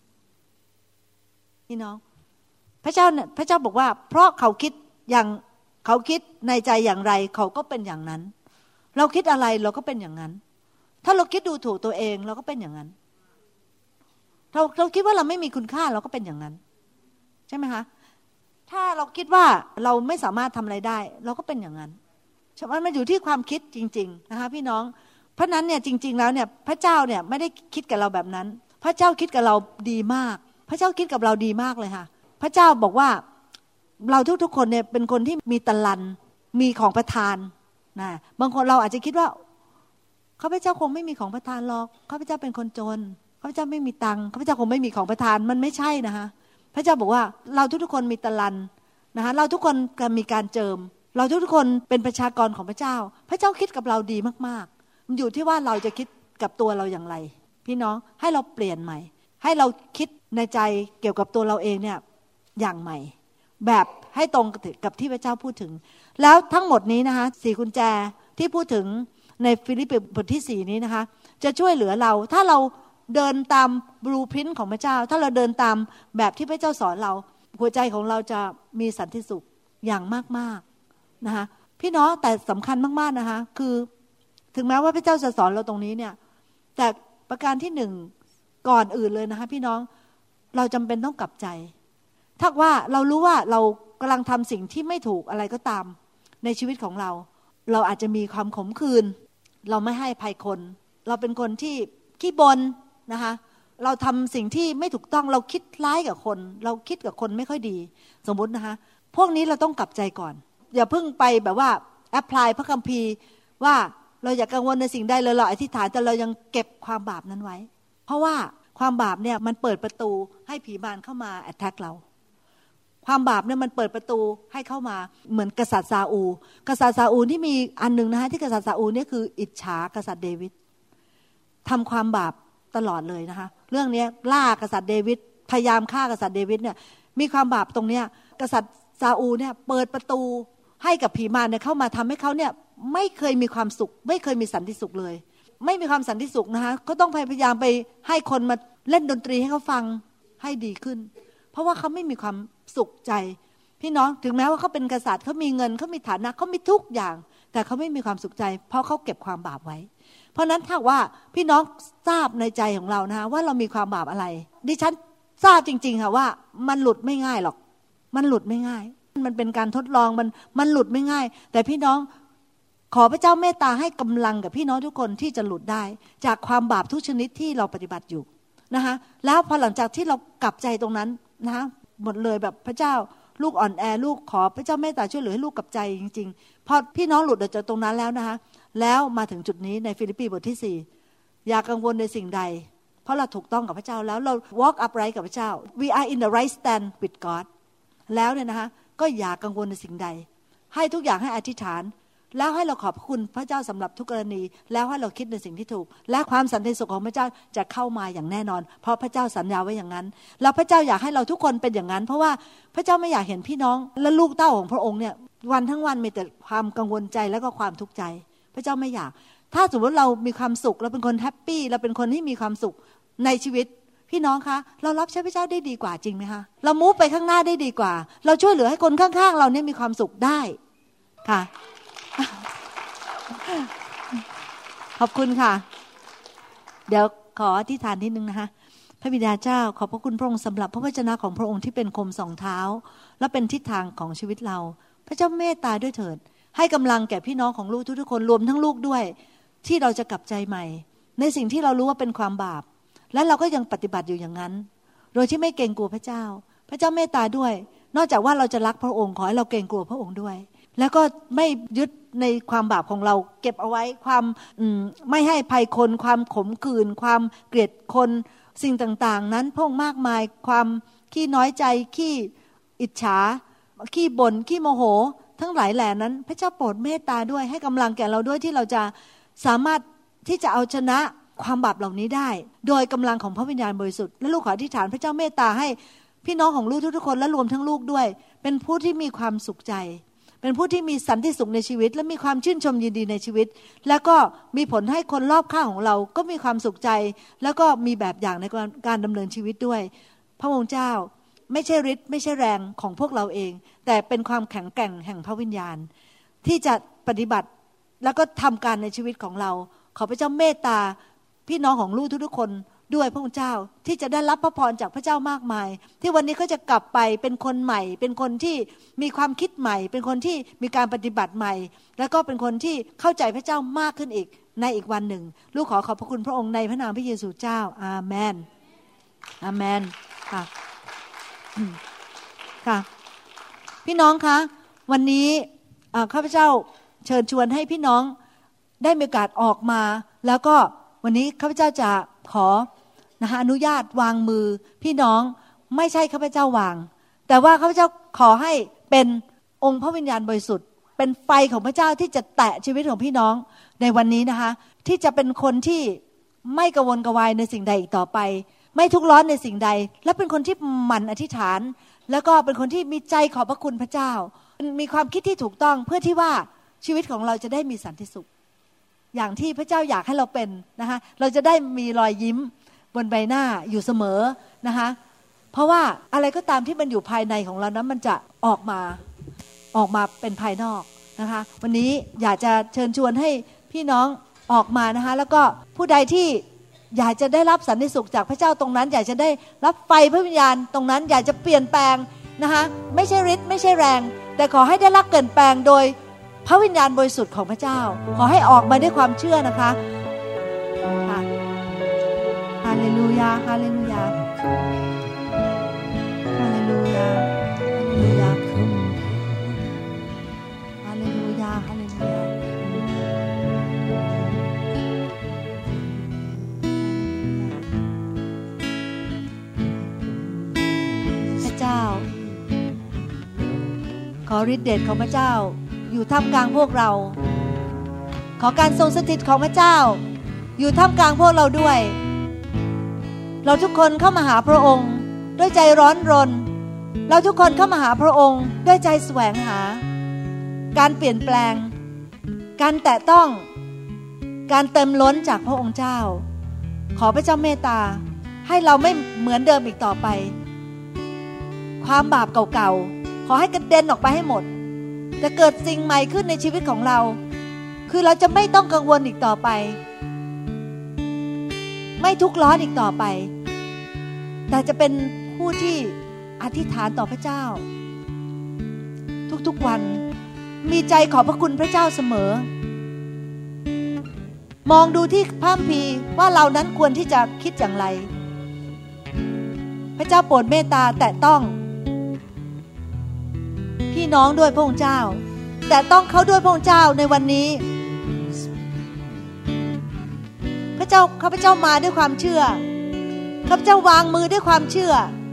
B: พี่น้องพระเจ้าพระเจ้าบอกว่าเพราะเขาคิดอย่างเขาคิดในใจอย่างไรเขาก็เป็นอย่างนั้นเราคิดอะไรเราก็เป็นอย่างนั้นถ้าเราคิดดูถูกตัวเองเราก็เป็นอย่างนั้นเราเราคิดว่าเราไม่มีคุณค่าเราก็เป็นอย่างนั้นใช่ไหมคะถ้าเราคิดว่าเราไม่สามารถทำอะไรได้เราก็เป็นอย่างนั้นฉะนั้นมันอยู่ที่ความคิดจริงๆนะคะพี่น้องเพราะนั้นเนี่ยจริงๆแล้วเนี่ยพระเจ้าเนี่ยไม่ได้คิดกับเราแบบนั้นพระเจ้าคิดกับเราดีมากพระเจ้าคิดกับเราดีมากเลยค่ะพระเจ้าบอกว่าเราทุกๆคนเนี่ยเป็นคนที่มีตะลันมีของประทานนะบางคนเราอาจจะคิดว่าข้าพเจ้าคงไม่มีของประทานหรอกข้าพเจ้าเป็นคนจนข้าพเจ้าไม่มีตังค์ข้าพเจ้าคงไม่มีของประทานมันไม่ใช่นะคะพระเจ้าบอกว่าเราทุกๆคนมีตะลันนะคะเราทุกคนมีการเจิมเราทุกๆคนเป็นประชากรของพระเจ้าพระเจ้าคิดกับเราดีมากๆมันอยู่ที่ว่าเราจะคิดกับตัวเราอย่างไรพี่น้องให้เราเปลี่ยนใหม่ให้เราคิดในใจเกี่ยวกับตัวเราเองเนี่ยอย่างใหม่แบบให้ตรงกับที่พระเจ้าพูดถึงแล้วทั้งหมดนี้นะคะสี่กุญแจที่พูดถึงในฟิลิปปีบทที่สี่นี้นะคะจะช่วยเหลือเราถ้าเราเดินตามบลูพรินท์ของพระเจ้าถ้าเราเดินตามแบบที่พระเจ้าสอนเราหัวใจของเราจะมีสันติสุขอย่างมากๆนะคะพี่น้องแต่สำคัญมากๆนะคะคือถึงแม้ว่าพระเจ้าจะสอนเราตรงนี้เนี่ยแต่ประการที่หนึ่งก่อนอื่นเลยนะคะพี่น้องเราจำเป็นต้องกลับใจถ้าว่าเรารู้ว่าเรากำลังทำสิ่งที่ไม่ถูกอะไรก็ตามในชีวิตของเราเราอาจจะมีความขมขื่นเราไม่ให้อภัยคนเราเป็นคนที่ขี้บ่นนะคะเราทำสิ่งที่ไม่ถูกต้องเราคิดร้ายกับคนเราคิดกับคนไม่ค่อยดีสมมตินะคะพวกนี้เราต้องกลับใจก่อนอย่าเพิ่งไปแบบว่าแอพพลายพระคัมภีร์ว่าเราอย่ากังวลในสิ่งใดเลยเราอธิษฐานแต่เรายังเก็บความบาปนั้นไว้เพราะว่าความบาปเนี่ยมันเปิดประตูให้ผีมารเข้ามาแอทแทคเราความบาปเนี่ยมันเปิดประตูให้เข้ามาเหมือนกษัตริย์ซาอูลกษัตริย์ซาอูลที่มีอันนึงนะคะที่กษัตริย์ซาอูลเนี่ยคืออิจฉากษัตริย์เดวิดทำความบาปตลอดเลยนะคะเรื่องนี้ล่ากษัตริย์เดวิดพยายามฆ่ากษัตริย์เดวิดเนี่ยมีความบาปตรงเนี้ยกษัตริย์ซาอูลเนี่ยเปิดประตูให้กับผีมารเนี่ยเข้ามาทำให้เขาเนี่ยไม่เคยมีความสุขไม่เคยมีสันติสุขเลยไม่มีความสันติสุขนะคะก็ต้องพยายามไปให้คนมาเล่นดนตรีให้เขาฟังให้ดีขึ้นเพราะว่าเขาไม่มีความสุขใจพี่น้องถึงแม้ว่าเขาเป็นกษัตริย์เขามีเงินเขามีฐานะเขามีทุกอย่างแต่เขาไม่มีความสุขใจเพราะเขาเก็บความบาปไว้เพราะนั้นถ้าว่าพี่น้องทราบในใจของเรานะว่าเรามีความบาปอะไรดิฉันทราบจริงๆค่ะว่ามันหลุดไม่ง่ายหรอกมันหลุดไม่ง่ายมันเป็นการทดลองมันมันหลุดไม่ง่ายแต่พี่น้องขอพระเจ้าเมตตาให้กำลังกับพี่น้องทุกคนที่จะหลุดได้จากความบาปทุกชนิดที่เราปฏิบัติอยู่นะคะแล้วพอหลังจากที่เรากลับใจตรงนั้นนะคะหมดเลยแบบพระเจ้าลูกอ่อนแอลูกขอพระเจ้าเมตตาช่วยเหลือให้ลูกกลับใจจริงๆพอพี่น้องหลุดจากตรงนั้นแล้วนะคะแล้วมาถึงจุดนี้ในฟิลิปปีบทที่สี่อย่ากังวลในสิ่งใดเพราะเราถูกต้องกับพระเจ้าแล้วเรา walk upright กับพระเจ้า we are in the right stand with God แล้วเนี่ยนะคะก็อย่ากังวลในสิ่งใดให้ทุกอย่างให้อธิษฐานแล้วให้เราขอบคุณพระเจ้าสำหรับทุกกรณีแล้วให้เราคิดในสิ่งที่ถูกและความสันติสุขของพระเจ้าจะเข้ามาอย่างแน่นอนเพราะพระเจ้าสัญญาไว้อย่างนั้นแล้วพระเจ้าอยากให้เราทุกคนเป็นอย่างนั้นเพราะว่าพระเจ้าไม่อยากเห็นพี่น้องและลูกเต้าของพระองค์เนี่ยวันทั้งวันมีแต่ความกังวลใจแล้วก็ความทุกข์ใจพระเจ้าไม่อยากถ้าสมมติเรามีความสุขเราเป็นคนแฮปปี้เราเป็นคนที่มีความสุขในชีวิตพี่น้องคะเรารับใช้พระเจ้าได้ดีกว่าจริงไหมคะเรามูฟไปข้างหน้าได้ดีกว่าเราช่วยเหลือให้คนข้างๆเราเนี่ยมีความสุขได้ค่ะขอบคุณค่ะเดี๋ยวขออธิษฐานนิดนึงนะคะพระบิดาเจ้าขอบพระคุณพระองค์สำหรับพระวจนะของพระองค์ที่เป็นคมสองเท้าและเป็นทิศทางของชีวิตเราพระเจ้าเมตตาด้วยเถิดให้กำลังแก่พี่น้องของลูกทุกๆคนรวมทั้งลูกด้วยที่เราจะกลับใจใหม่ในสิ่งที่เรารู้ว่าเป็นความบาปและเราก็ยังปฏิบัติอยู่อย่างนั้นโดยที่ไม่เกรงกลัวพระเจ้าพระเจ้าเมตตาด้วยนอกจากว่าเราจะรักพระองค์ขอให้เราเกรงกลัวพระองค์ด้วยแล้วก็ไม่ยึดในความบาปของเราเก็บเอาไว้ความไม่ให้ภัยคนความขมขื่นความเกลียดคนสิ่งต่างๆนั้นพวกมากมายความขี้น้อยใจขี้อิจฉาขี้บ่นขี้โมโหทั้งหลายแหล่นั้นพระเจ้าโปรดเมตตาด้วยให้กำลังแก่เราด้วยที่เราจะสามารถที่จะเอาชนะความบาปเหล่านี้ได้โดยกำลังของพระวิญญาณบริสุทธิ์และลูกขออธิษฐานพระเจ้าเมตตาให้พี่น้องของลูกทุกๆคนและรวมทั้งลูกด้วยเป็นผู้ที่มีความสุขใจเป็นผู้ที่มีสันติสุขในชีวิตและมีความชื่นชมยินดีในชีวิตแล้วก็มีผลให้คนรอบข้างของเราก็มีความสุขใจแล้วก็มีแบบอย่างในการดำเนินชีวิตด้วยพระองค์เจ้าไม่ใช่ฤทธิ์ไม่ใช่แรงของพวกเราเองแต่เป็นความแข็งแกร่งแห่งพระวิญญาณที่จะปฏิบัติแล้วก็ทำการในชีวิตของเราขอพระเจ้าเมตตาพี่น้องของลูกทุกๆคนด้วยพระองค์เจ้าที่จะได้รับพระพรจากพระเจ้ามากมายที่วันนี้เขาจะกลับไปเป็นคนใหม่เป็นคนที่มีความคิดใหม่เป็นคนที่มีการปฏิบัติใหม่แล้วก็เป็นคนที่เข้าใจพระเจ้ามากขึ้นอีกในอีกวันหนึ่งลูกขอขอบพระคุณพระองค์ในพระนามพระเยซูเจ้าอาเมนอาเมนค่ะค่ะพี่น้องคะวันนี้ข้าพเจ้าเชิญชวนให้พี่น้องได้มีโอกาสออกมาแล้วก็วันนี้ข้าพเจ้าจะขอนะคะอนุญาตวางมือพี่น้องไม่ใช่ข้าพเจ้าวางแต่ว่าข้าพเจ้าขอให้เป็นองค์พระวิญญาณบริสุทธิ์เป็นไฟของพระเจ้าที่จะแตะชีวิตของพี่น้องในวันนี้นะคะที่จะเป็นคนที่ไม่กังวลกระวายในสิ่งใดอีกต่อไปไม่ทุกข์ร้อนในสิ่งใดและเป็นคนที่หมั่นอธิษฐานแล้วก็เป็นคนที่มีใจขอบพระคุณพระเจ้ามีความคิดที่ถูกต้องเพื่อที่ว่าชีวิตของเราจะได้มีสันติสุขอย่างที่พระเจ้าอยากให้เราเป็นนะคะเราจะได้มีรอยยิ้มบนใบหน้าอยู่เสมอนะคะเพราะว่าอะไรก็ตามที่มันอยู่ภายในของเรานั้นมันจะออกมาออกมาเป็นภายนอกนะคะวันนี้อยากจะเชิญชวนให้พี่น้องออกมานะคะแล้วก็ผู้ใดที่อยากจะได้รับสันติสุขจากพระเจ้าตรงนั้นอยากจะได้รับไฟพระวิญญาณตรงนั้นอยากจะเปลี่ยนแปลงนะคะไม่ใช่ฤทธิ์ไม่ใช่แรงแต่ขอให้ได้รับเปลี่ยนแปลงโดยพระวิญญาณบริสุทธิ์ของพระเจ้าขอให้ออกมาด้วยความเชื่อนะคะฮาเลลูยาฮาเลลูยาฮาเลลูยาฮาเลลูยาฮาเลลูยาฮาเลลูยาพระเจ้าขอฤทธิ์เดชของพระเจ้าอยู่ท่ามกลางพวกเราขอการทรงสถิตของพระเจ้าอยู่ท่ามกลางพวกเราด้วยเราทุกคนเข้ามาหาพระองค์ด้วยใจร้อนรนเราทุกคนเข้ามาหาพระองค์ด้วยใจแสวงหาการเปลี่ยนแปลงการแตะต้องการเต็มล้นจากพระองค์เจ้าขอพระเจ้าเมตตาให้เราไม่เหมือนเดิมอีกต่อไปความบาปเก่าๆขอให้กระเด็นออกไปให้หมดจะเกิดสิ่งใหม่ขึ้นในชีวิตของเราคือเราจะไม่ต้องกังวลอีกต่อไปไม่ทุกข์ร้อนอีกต่อไปแต่จะเป็นผู้ที่อธิษฐานต่อพระเจ้าทุกๆวันมีใจขอบพระคุณพระเจ้าเสมอมองดูที่พระคัมภีร์ว่าเรานั้นควรที่จะคิดอย่างไรพระเจ้าโปรดเมตตาแตะต้องพี่น้องด้วยพระองค์เจ้าแต่ต้องเขาด้วยพระองค์เจ้าในวันนี้พระเจ้าข้าพเจ้ามาด้วยความเชื่อข้าพเจ้าวางมือด้วยความเชื่อ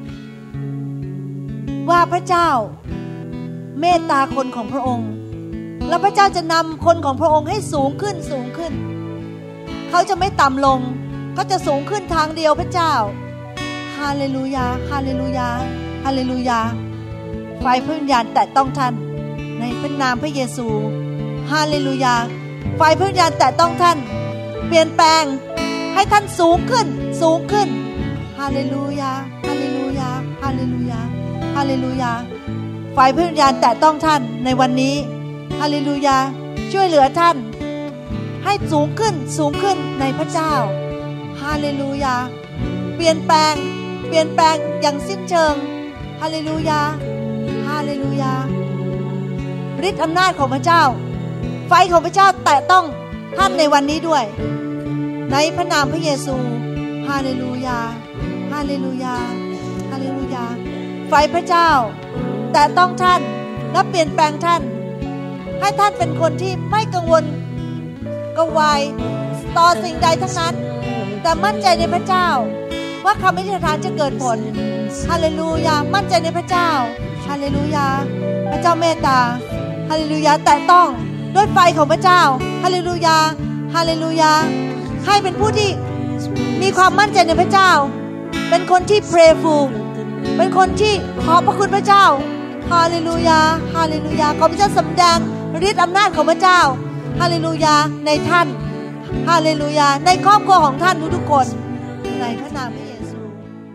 B: ว่าพระเจ้าเมตตาคนของพระองค์แล้วพระเจ้าจะนำคนของพระองค์ให้สูงขึ้นสูงขึ้นเขาจะไม่ต่ำลงเขาจะสูงขึ้นทางเดียวพระเจ้าฮาเลลูยาฮาเลลูยาฮาเลลูยาไฟพระวิญญาณแตะต้องท่านในพระนามพระเยซูฮาเลลูยาไฟพระวิญญาณแตะต้องท่านเปลี่ยนแปลงให้ท่านสูงขึ้นสูงขึ้นฮาเลลูยาฮาเลลูยาฮาเลลูยาฮาเลลูยาไฟพระวิญญาณแตะต้องท่านในวันนี้ฮาเลลูยาช่วยเหลือท่านให้สูงขึ้นสูงขึ้นในพระเจ้าฮาเลลูยาเปลี่ยนแปลงเปลี่ยนแปลงอย่างสิ้นเชิงฮาเลลูยาฮาเลลูยาฤทธิ์อำนาจของพระเจ้าไฟของพระเจ้าแตะต้องท่านในวันนี้ด้วยในพระนามพระเยซูฮาเลลูยาฮาเลลูยาฮาเลลูยาไฟพระเจ้าแตะต้องท่านและเปลี่ยนแปลงท่านให้ท่านเป็นคนที่ไม่กังวลกระวายต่อสิ่งใดทั้งนั้นแต่มั่นใจในพระเจ้าว่าคำอธิษฐานจะเกิดผลฮาเลลูยามั่นใจในพระเจ้าฮาเลลูยาพระเจ้าเมตตาฮาเลลูยาแตะต้องด้วยไฟของพระเจ้าฮาเลลูยาฮาเลลูยาให้เป็นผู้ที่มีความมั่นใจในพระเจ้าเป็นคนที่ prayerful เป็นคนที่ขอบพระคุณพระเจ้าฮาเลลูยาฮาเลลูยาขอพระเจ้าสำแดงฤทธิ์อำนาจของพระเจ้าฮาเลลูยาในท่านฮาเลลูยาในครอบครัวของท่านทุกๆคนในพระนามพระเยซู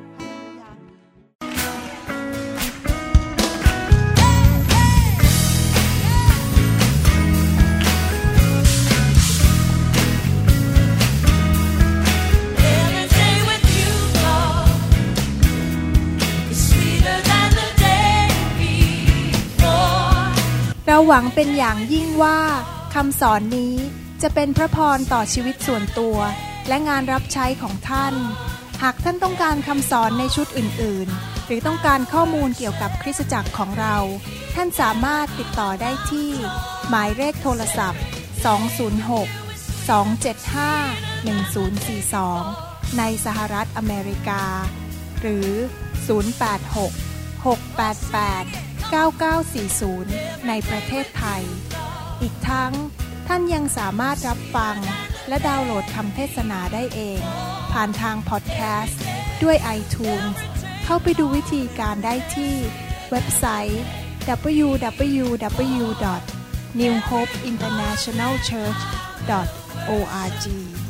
A: เราหวังเป็นอย่างยิ่งว่าคำสอนนี้จะเป็นพระพรต่อชีวิตส่วนตัวและงานรับใช้ของท่านหากท่านต้องการคำสอนในชุดอื่นๆหรือต้องการข้อมูลเกี่ยวกับคริสตจักรของเราท่านสามารถติดต่อได้ที่หมายเลขโทรศัพท์สอง ศูนย์ หก สอง เจ็ด ห้า หนึ่ง ศูนย์ สี่ สองในสหรัฐอเมริกาหรือศูนย์ แปด หก หก แปด แปด เก้า เก้า สี่ ศูนย์ในประเทศไทยอีกทั้งท่านยังสามารถรับฟังและดาวน์โหลดคำเทศนาได้เองผ่านทางพอดแคสต์ด้วย iTunes เข้าไปดูวิธีการได้ที่เว็บไซต์ ดับเบิลยู ดับเบิลยู ดับเบิลยู ดอท นิว โฮป อินเตอร์เนชั่นแนล เชิร์ช ดอท โอ อาร์ จี